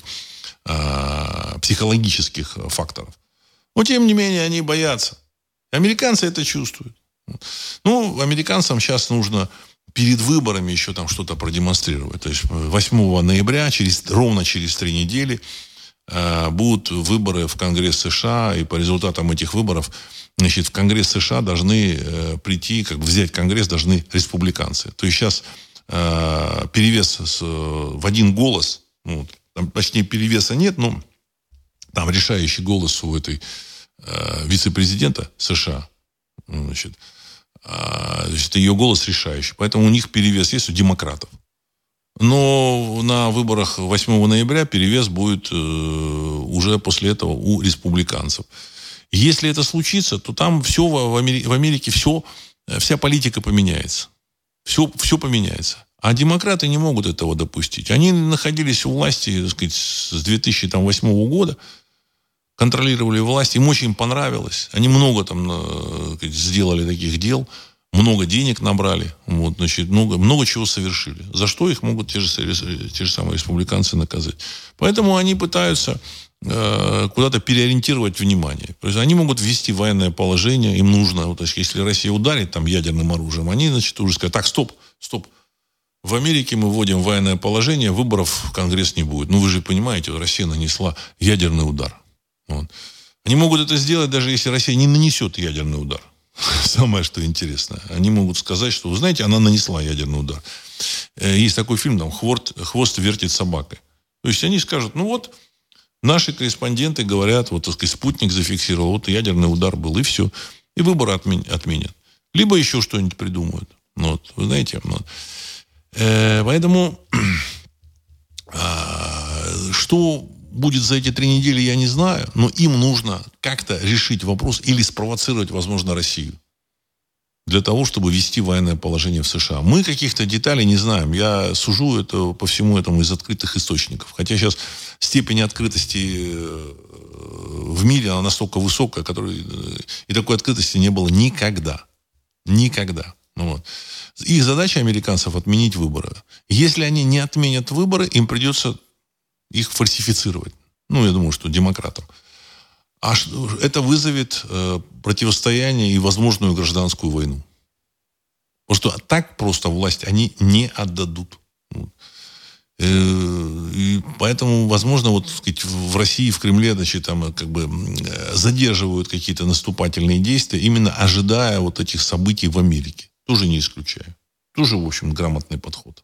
а, психологических факторов. Но, тем не менее, они боятся. Американцы это чувствуют. Ну, американцам сейчас нужно перед выборами еще там что-то продемонстрировать. То есть восьмого ноября, через, ровно через три недели, э, будут выборы в Конгресс США, и по результатам этих выборов, значит, в Конгресс США должны э, прийти, как бы взять Конгресс должны республиканцы. То есть сейчас э, перевес с, в один голос, ну, там, точнее, перевеса нет, но там решающий голос у этой э, вице-президента США. Значит, а, значит, ее голос решающий. Поэтому у них перевес есть у демократов. Но на выборах восьмого ноября перевес будет э, уже после этого у республиканцев. Если это случится, то там все в Америке, в Америке все, вся политика поменяется. Все, все поменяется. А демократы не могут этого допустить. Они находились у власти, так сказать, с две тысячи восьмого года. Контролировали власть, им очень понравилось. Они много там э, сделали таких дел, много денег набрали, вот, значит, много, много чего совершили. За что их могут те же, те же самые республиканцы наказать. Поэтому они пытаются э, куда-то переориентировать внимание. То есть они могут ввести военное положение, им нужно, вот, если Россия ударит там ядерным оружием, они, значит, уже скажут, так, стоп, стоп. В Америке мы вводим военное положение, выборов в Конгресс не будет. Ну, вы же понимаете, Россия нанесла ядерный удар. Вот. Они могут это сделать, даже если Россия не нанесет ядерный удар. Самое, что интересно. Они могут сказать, что, вы знаете, она нанесла ядерный удар. Есть такой фильм, там, «Хвост, хвост вертит собакой». То есть они скажут, ну вот, наши корреспонденты говорят, вот, так сказать, спутник зафиксировал, вот ядерный удар был, и все. И выборы отменят. Либо еще что-нибудь придумают. Ну, вот, вы знаете, ну, вот. э, поэтому э, что будет за эти три недели, я не знаю, но им нужно как-то решить вопрос или спровоцировать, возможно, Россию для того, чтобы ввести военное положение в США. Мы каких-то деталей не знаем. Я сужу это по всему этому из открытых источников. Хотя сейчас степень открытости в мире она настолько высокая, которой и такой открытости не было никогда. Никогда. Ну, вот. Их задача американцев отменить выборы. Если они не отменят выборы, им придется их фальсифицировать. Ну, я думаю, что демократам. А что, это вызовет э, противостояние и возможную гражданскую войну. Потому что так просто власть они не отдадут. Вот. Э, и поэтому, возможно, вот, так сказать, в России, в Кремле, значит, там, как бы, задерживают какие-то наступательные действия, именно ожидая вот этих событий в Америке. Тоже не исключаю. Тоже, в общем, грамотный подход.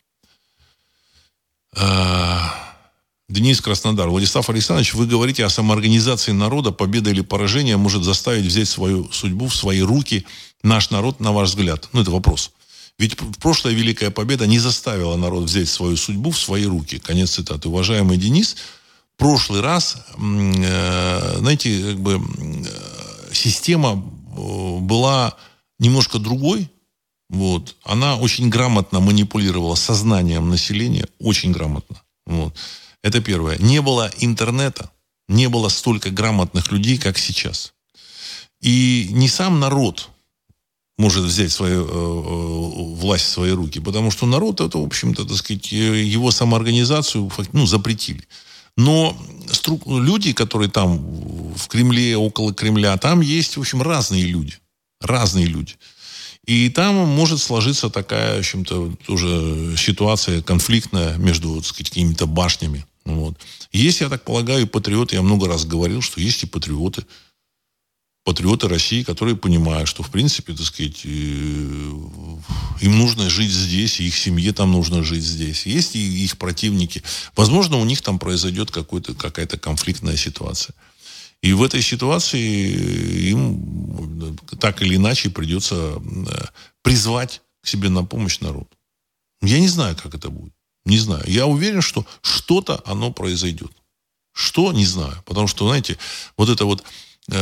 А... Денис, Краснодар. Владислав Александрович, вы говорите о самоорганизации народа. Победа или поражение может заставить взять свою судьбу в свои руки наш народ, на ваш взгляд? Ну, это вопрос. Ведь прошлая Великая Победа не заставила народ взять свою судьбу в свои руки. Конец цитаты. Уважаемый Денис, в прошлый раз, э, знаете, как бы, система была немножко другой. Вот. Она очень грамотно манипулировала сознанием населения. Очень грамотно. Вот. Это первое. Не было интернета. Не было столько грамотных людей, как сейчас. И не сам народ может взять свою э, власть в свои руки. Потому что народ, это, в общем-то, так сказать, его самоорганизацию ну, запретили. Но стру... люди, которые там в Кремле, около Кремля, там есть, в общем, разные люди. Разные люди. И там может сложиться такая, в общем-то, тоже ситуация конфликтная между, так сказать, какими-то башнями. Вот. Есть, я так полагаю, патриоты. Я много раз говорил, что есть и патриоты. Патриоты России, которые понимают, что, в принципе, так сказать, им нужно жить здесь, и их семье там нужно жить здесь. Есть и их противники. Возможно, у них там произойдет какой-то, какая-то конфликтная ситуация. И в этой ситуации им так или иначе придется призвать к себе на помощь народ. Я не знаю, как это будет. Не знаю. Я уверен, что что-то оно произойдет. Что? Не знаю. Потому что, знаете, вот это вот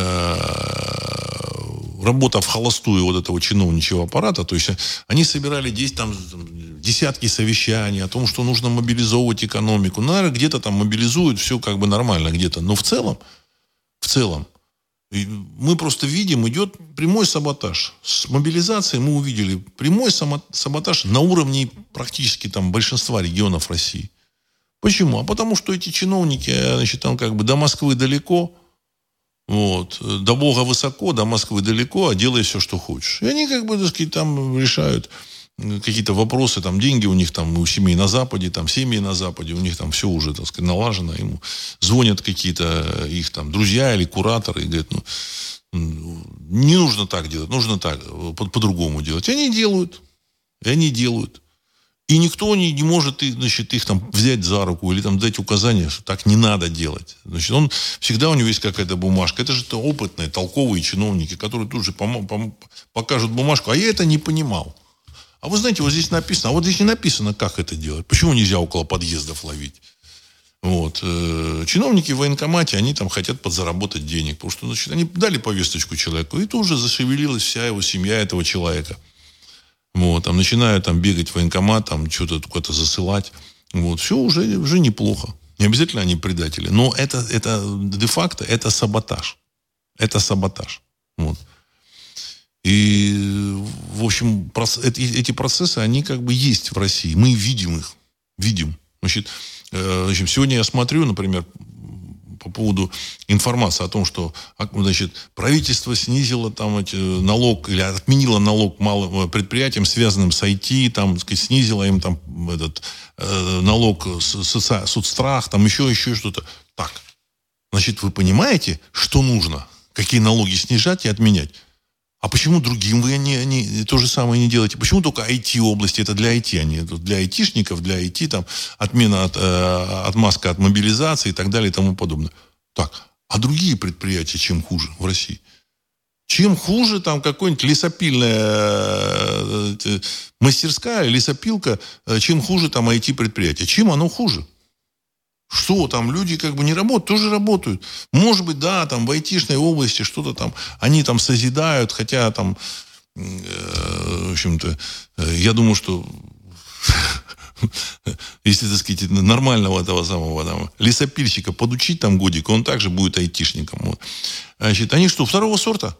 работа в холостую вот этого чиновничьего аппарата, то есть они собирали здесь там десятки совещаний о том, что нужно мобилизовывать экономику. Наверное, где-то там мобилизуют, все как бы нормально где-то. Но в целом, в целом, мы просто видим, идет прямой саботаж. С мобилизацией мы увидели прямой саботаж на уровне практически там большинства регионов России. Почему? А потому что эти чиновники, значит, там как бы до Москвы далеко, вот, до Бога высоко, до Москвы далеко, а делай все, что хочешь. И они как бы, так сказать, там решают какие-то вопросы, там деньги у них там у семей на Западе, там семьи на Западе, у них там все уже, так сказать, налажено. Ему звонят какие-то их там друзья или кураторы и говорят, ну, не нужно так делать, нужно так, по- по-другому делать. И они делают. И они делают. И никто не, не может, значит, их там взять за руку или там дать указания, что так не надо делать. Значит, он, всегда у него есть какая-то бумажка. Это же опытные, толковые чиновники, которые тут же пом- пом- покажут бумажку. А я это не понимал. А вы знаете, вот здесь написано, а вот здесь не написано, как это делать. Почему нельзя около подъездов ловить? Вот. Чиновники в военкомате, они там хотят подзаработать денег. Потому что, значит, они дали повесточку человеку, и тут уже зашевелилась вся его семья этого человека. Вот, там начинают там, бегать в военкомат, там что-то куда-то засылать. Вот, все уже, уже неплохо. Не обязательно они предатели. Но это, это де-факто это саботаж. Это саботаж. Вот. И, в общем, эти, эти процессы, они как бы есть в России. Мы видим их. Видим. Значит, значит, сегодня я смотрю, например, по поводу информации о том, что, значит, правительство снизило там эти, налог или отменило налог малым предприятиям, связанным с ай ти, там, сказать, снизило им там этот э, налог соци... соцстрах, там еще, еще что-то. Так, значит, вы понимаете, что нужно? Какие налоги снижать и отменять? А почему другим вы не, не, то же самое не делаете? Почему только ай ти-области? Это для ай ти, а не для айтишников, для ай ти, там, отмена, от, э, отмазка от мобилизации и так далее и тому подобное. Так, а другие предприятия чем хуже в России? Чем хуже там какой-нибудь лесопильная э, мастерская, лесопилка, э, чем хуже там ай ти-предприятие? Чем оно хуже? Что там, люди как бы не работают, тоже работают. Может быть, да, там в айтишной области что-то там, они там созидают, хотя там, э, в общем-то, э, я думаю, что если, так сказать, нормального этого самого там, лесопильщика подучить там годик, он также будет айтишником. Вот. Значит, они что, второго сорта?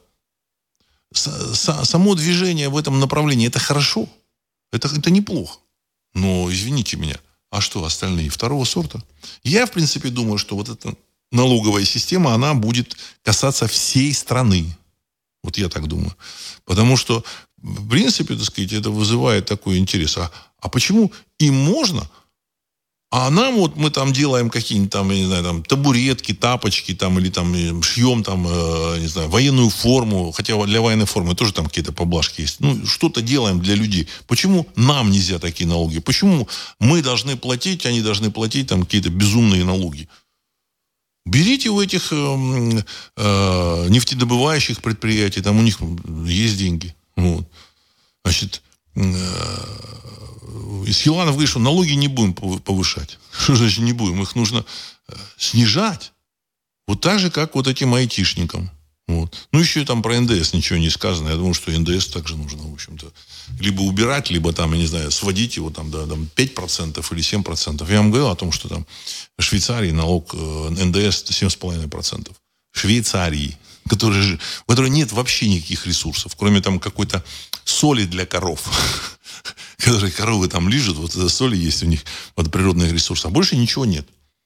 С- само движение в этом направлении, это хорошо, это, это неплохо. Но, извините меня, а что, остальные второго сорта? Я, в принципе, думаю, что вот эта налоговая система, она будет касаться всей страны. Вот я так думаю. Потому что, в принципе, так сказать, это вызывает такой интерес. А, а почему им можно, а нам вот мы там делаем какие-нибудь там, я не знаю, там табуретки, тапочки, там, или там шьем там, э, не знаю, военную форму, хотя для военной формы тоже там какие-то поблажки есть. Ну, что-то делаем для людей. Почему нам нельзя такие налоги? Почему мы должны платить, они должны платить там какие-то безумные налоги? Берите у этих э, э, нефтедобывающих предприятий, там у них есть деньги. Вот. Значит, э, Хиланов говорит, что налоги не будем повышать. Что значит не будем? Их нужно снижать. Вот так же, как вот этим айтишникам. Вот. Ну, еще там про эн дэ эс ничего не сказано. Я думаю, что эн дэ эс также нужно, в общем-то, либо убирать, либо там, я не знаю, сводить его там до там, пять процентов или семь процентов. Я вам говорил о том, что там в Швейцарии налог эн дэ эс семь целых пять десятых процента. В Швейцарии, в которой, в которой нет вообще никаких ресурсов, кроме там какой-то соли для коров. Которые коровы там лижут, вот эта соль есть у них, вот природных ресурсов. А больше ничего нет.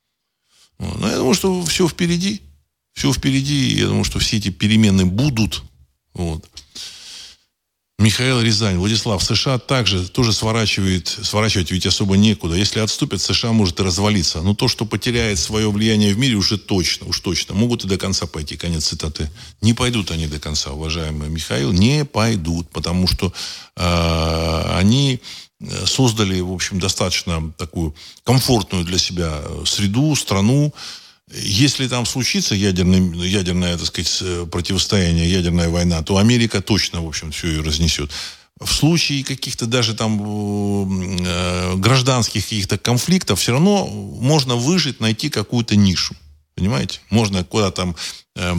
Но я думаю, что все впереди. Все впереди. Я думаю, что все эти перемены будут. Вот. Михаил Рязань. Владислав, США также тоже сворачивает, сворачивать ведь особо некуда. Если отступят, США может и развалиться. Но то, что потеряет свое влияние в мире, уже точно, уж точно. Могут и до конца пойти. Конец цитаты. Не пойдут они до конца, уважаемый Михаил. Не пойдут, потому что э, они создали, в общем, достаточно такую комфортную для себя среду, страну. Если там случится ядерное, ядерное, так сказать, противостояние, ядерная война, то Америка точно, в общем, все ее разнесет. В случае каких-то даже там э, гражданских каких-то конфликтов все равно можно выжить, найти какую-то нишу. Понимаете? Можно куда-то там э,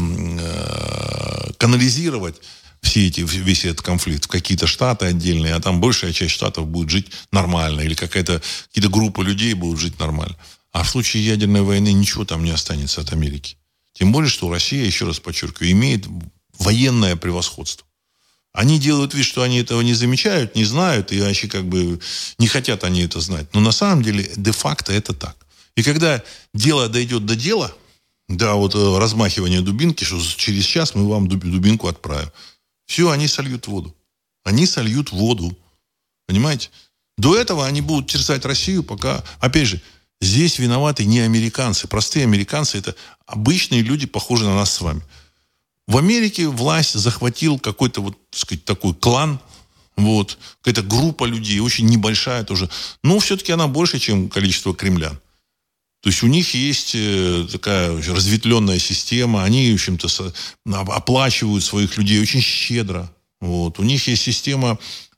э, канализировать все эти, весь этот конфликт в какие-то штаты отдельные, а там большая часть штатов будет жить нормально, или какая-то, какие-то группы людей будут жить нормально. А в случае ядерной войны ничего там не останется от Америки. Тем более, что Россия, еще раз подчеркиваю, имеет военное превосходство. Они делают вид, что они этого не замечают, не знают, и вообще как бы не хотят они это знать. Но на самом деле, де-факто это так. И когда дело дойдет до дела, до вот размахивания дубинки, что через час мы вам дубинку отправим, все, они сольют воду. Они сольют воду. Понимаете? До этого они будут терзать Россию, пока, опять же, здесь виноваты не американцы. Простые американцы – это обычные люди, похожие на нас с вами. В Америке власть захватил какой-то вот, так сказать, такой клан, вот, какая-то группа людей, очень небольшая тоже. Но все-таки она больше, чем количество кремлян. То есть у них есть такая разветвленная система, они, в общем-то, оплачивают своих людей очень щедро. Вот. У них есть система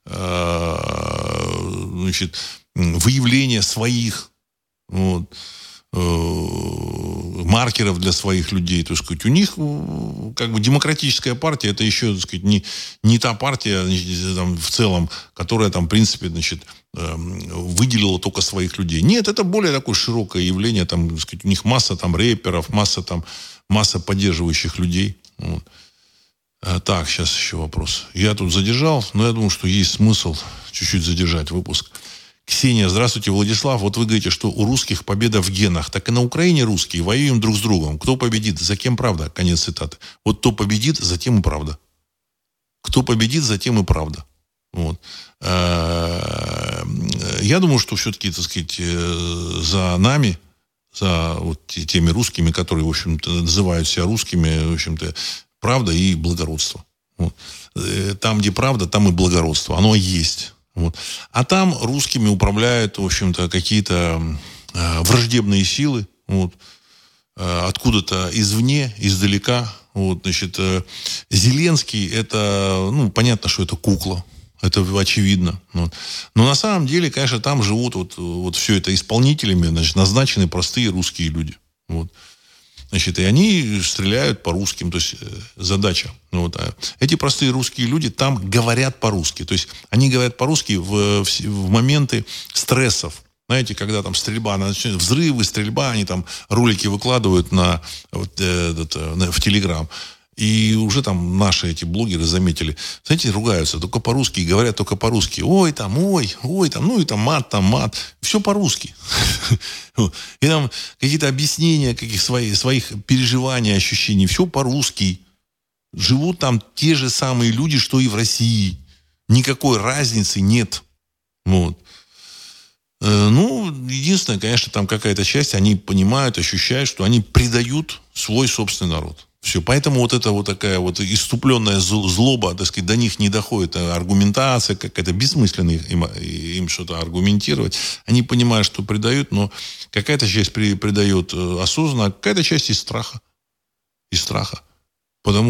значит, выявления своих вот, маркеров для своих людей. То есть, сказать, у них как бы демократическая партия, это еще, так сказать, не, не та партия там, в целом, которая там, в принципе, значит, выделила только своих людей. Нет, это более такое широкое явление. Там, так сказать, у них масса там рэперов, масса там, масса поддерживающих людей. Вот. Так, сейчас еще вопрос. Я тут задержал, но я думаю, что есть смысл чуть-чуть задержать выпуск. Ксения, здравствуйте, Владислав. Вот вы говорите, что у русских победа в генах. Так и на Украине русские воюем друг с другом. Кто победит, за кем правда? Конец цитаты. Вот кто победит, за тем и правда. Кто победит, за тем и правда. Вот. Я думаю, что все-таки, так сказать, за нами, за вот теми русскими, которые, в общем-то, называют себя русскими, в общем-то, правда и благородство. Вот. Там, где правда, там и благородство. Оно есть. Вот. А там русскими управляют, в общем-то, какие-то э, враждебные силы, вот, э, откуда-то извне, издалека. Вот, значит, э, Зеленский, это, ну, понятно, что это кукла, это очевидно. Вот. Но на самом деле, конечно, там живут вот, вот все это исполнителями, значит, назначены простые русские люди. Вот. Значит, и они стреляют по русским, то есть задача. Вот. А эти простые русские люди там говорят по-русски. То есть они говорят по-русски в, в, в моменты стрессов. Знаете, когда там стрельба, взрывы, стрельба, они там ролики выкладывают на, вот, э, на, в Телеграм. И уже там наши эти блогеры заметили, знаете, ругаются только по-русски, говорят только по-русски. Ой, там, ой, ой, там, ну и там мат, там мат. Все по-русски. И там какие-то объяснения каких своих, своих переживаний, ощущений. Все по-русски. Живут там те же самые люди, что и в России. Никакой разницы нет. Вот. Ну, единственное, конечно, там какая-то часть, они понимают, ощущают, что они предают свой собственный народ. Все. Поэтому вот эта вот такая вот иступленная злоба, так сказать, до них не доходит аргументация, какая-то бессмысленная им, им что-то аргументировать. Они понимают, что предают, но какая-то часть предает осознанно, а какая-то часть из страха. Из страха. Потому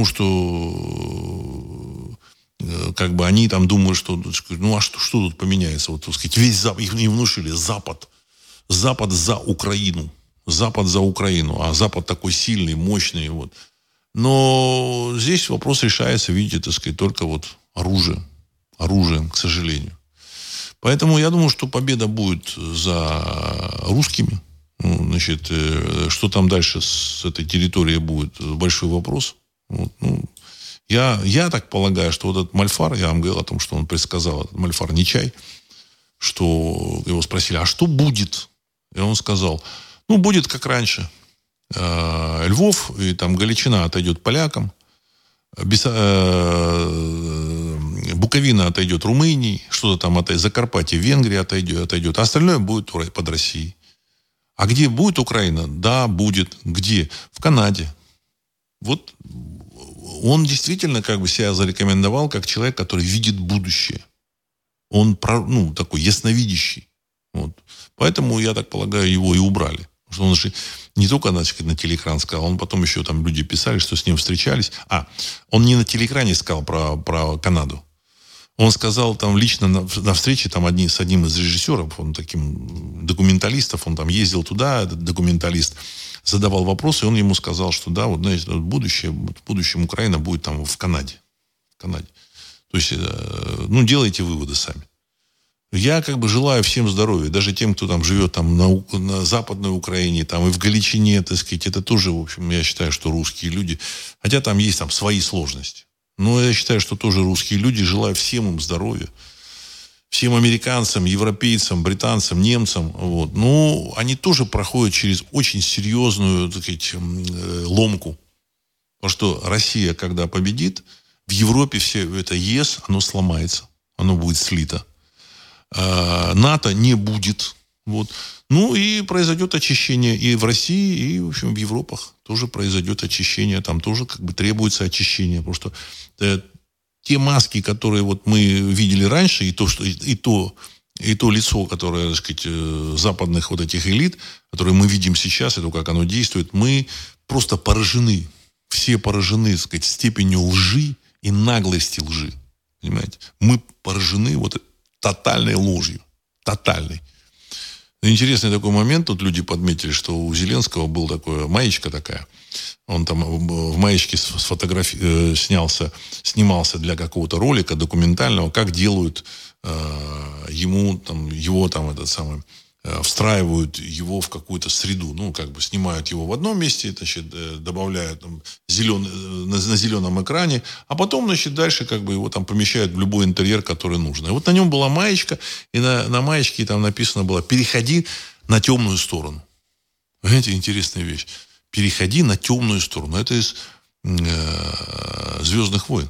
что как бы они там думают, что ну а что, что тут поменяется? Вот, так сказать, весь Запад, их не внушили, Запад. Запад за Украину. Запад за Украину. А Запад такой сильный, мощный, вот. Но здесь вопрос решается, видите, так сказать, только вот оружием. Оружием, к сожалению. Поэтому я думаю, что победа будет за русскими. Ну, значит, что там дальше с этой территорией будет, большой вопрос. Вот, ну, я, я так полагаю, что вот этот Мальфар, я вам говорил о том, что он предсказал, этот Мальфар Нечай, что его спросили, а что будет? И он сказал, ну, будет как раньше. Львов и там Галичина отойдет полякам, Буковина отойдет Румынии, что-то там отойдет, Закарпатье, Венгрия отойдет, отойдет, а остальное будет под Россией. А где будет Украина? Да, будет. Где? В Канаде. Вот он действительно как бы себя зарекомендовал как человек, который видит будущее. Он ну, такой ясновидящий. Вот. Поэтому, я так полагаю, его и убрали. Потому что он же не только на, на телеэкран сказал, он потом еще там люди писали, что с ним встречались. А, он не на телеэкране сказал про, про Канаду. Он сказал там лично на, на встрече там одни, с одним из режиссеров, он таким документалистов, он там ездил туда, этот документалист, задавал вопросы, и он ему сказал, что да, вот, знаете, будущее, в будущем Украина будет там в Канаде. В Канаде. То есть, ну, делайте выводы сами. Я как бы желаю всем здоровья, даже тем, кто там живет там на, на Западной Украине, там и в Галичине, так сказать, это тоже, в общем, я считаю, что русские люди, хотя там есть там свои сложности. Но я считаю, что тоже русские люди, желаю всем им здоровья. Всем американцам, европейцам, британцам, немцам. Вот. Ну, они тоже проходят через очень серьезную, так сказать, ломку. Потому что Россия, когда победит, в Европе все это ЕС, оно сломается. Оно будет слито. А НАТО не будет. Вот. Ну, и произойдет очищение и в России, и, в общем, в Европах тоже произойдет очищение. Там тоже как бы требуется очищение. Потому что э, те маски, которые вот мы видели раньше, и то, что, и, и то, и то лицо, которое, так сказать, э, западных вот этих элит, которые мы видим сейчас, и то, как оно действует, мы просто поражены. Все поражены, так сказать, степенью лжи и наглости лжи. Понимаете? Мы поражены вот тотальной ложью. Тотальной. Интересный такой момент. Тут люди подметили, что у Зеленского был такой маечка такая. Он там в маечке сфотографи... снялся, снимался для какого-то ролика документального, как делают э, ему, там, его там этот самый, э, встраивают его в какую-то среду. Ну, как бы снимают его в одном месте, значит, добавляют там, зеленый, на, на зеленом экране, а потом, значит, дальше как бы его там помещают в любой интерьер, который нужно. И вот на нем была маечка, и на, на маечке там написано было «Переходи на темную сторону». Понимаете, интересная вещь. Переходи на темную сторону. Это из э, «Звездных войн».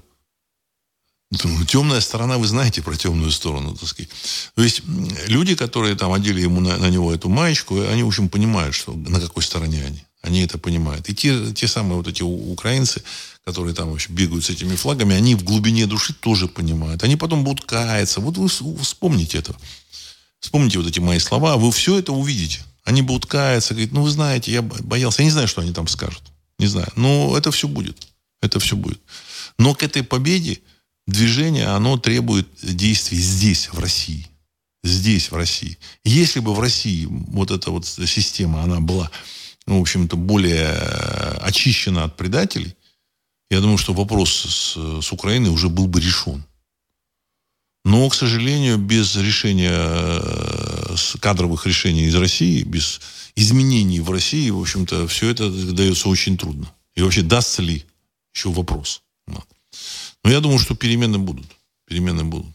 Темная сторона, вы знаете про темную сторону, так сказать. То есть люди, которые там одели ему на, на него эту маечку, они, в общем, понимают, что на какой стороне они. Они это понимают. И те, те самые вот эти украинцы, которые там вообще бегают с этими флагами, они в глубине души тоже понимают. Они потом будут каяться. Вот вы вспомните это. Вспомните вот эти мои слова, вы все это увидите. Они будут каяться, говорить, ну, вы знаете, я боялся. Я не знаю, что они там скажут. Не знаю. Но это все будет. Это все будет. Но к этой победе движение, оно требует действий здесь, в России. Здесь, в России. Если бы в России вот эта вот система, она была, ну, в общем-то, более очищена от предателей, я думаю, что вопрос с, с Украиной уже был бы решен. Но, к сожалению, без решения, кадровых решений из России, без изменений в России, в общем-то, все это дается очень трудно. И вообще, дастся ли, еще вопрос. Но я думаю, что перемены будут. Перемены будут.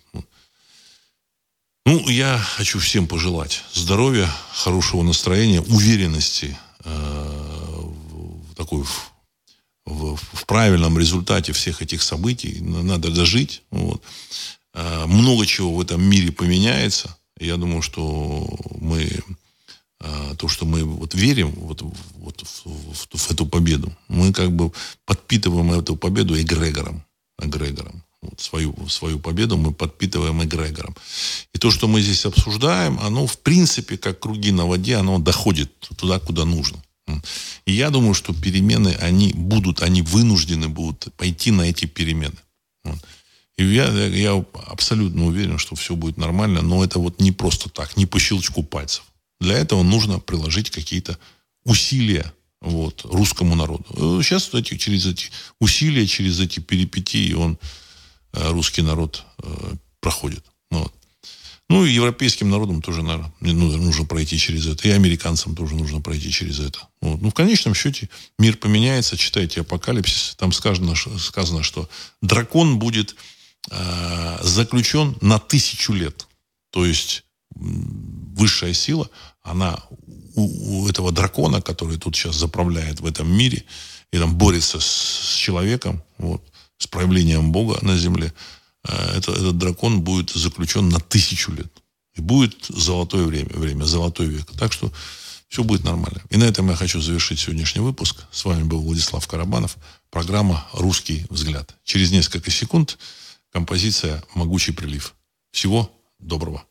Ну, я хочу всем пожелать здоровья, хорошего настроения, уверенности э, в, такой, в, в, в правильном результате всех этих событий. Надо дожить. Вот. Э, много чего в этом мире поменяется. Я думаю, что мы э, то, что мы вот верим вот, вот в, в, в эту победу, мы как бы подпитываем эту победу эгрегором. эгрегором. Вот свою, свою победу мы подпитываем эгрегором. И то, что мы здесь обсуждаем, оно, в принципе, как круги на воде, оно доходит туда, куда нужно. И я думаю, что перемены, они будут, они вынуждены будут пойти на эти перемены. И я, я абсолютно уверен, что все будет нормально, но это вот не просто так, не по щелчку пальцев. Для этого нужно приложить какие-то усилия вот, русскому народу. Сейчас эти, через эти усилия, через эти перипетии он, русский народ, проходит. Вот. Ну, и европейским народам тоже, наверное, нужно пройти через это. И американцам тоже нужно пройти через это. Вот. Ну, в конечном счете, мир поменяется. Читайте «Апокалипсис». Там сказано, сказано что дракон будет э, заключен на тысячу лет. То есть, высшая сила, она у, у этого дракона, который тут сейчас заправляет в этом мире, и там борется с, с человеком, вот, с проявлением Бога на земле, Это, этот дракон будет заключен на тысячу лет. И будет золотое время, время, золотой век. Так что все будет нормально. И на этом я хочу завершить сегодняшний выпуск. С вами был Владислав Карабанов. Программа «Русский взгляд». Через несколько секунд композиция «Могучий прилив». Всего доброго.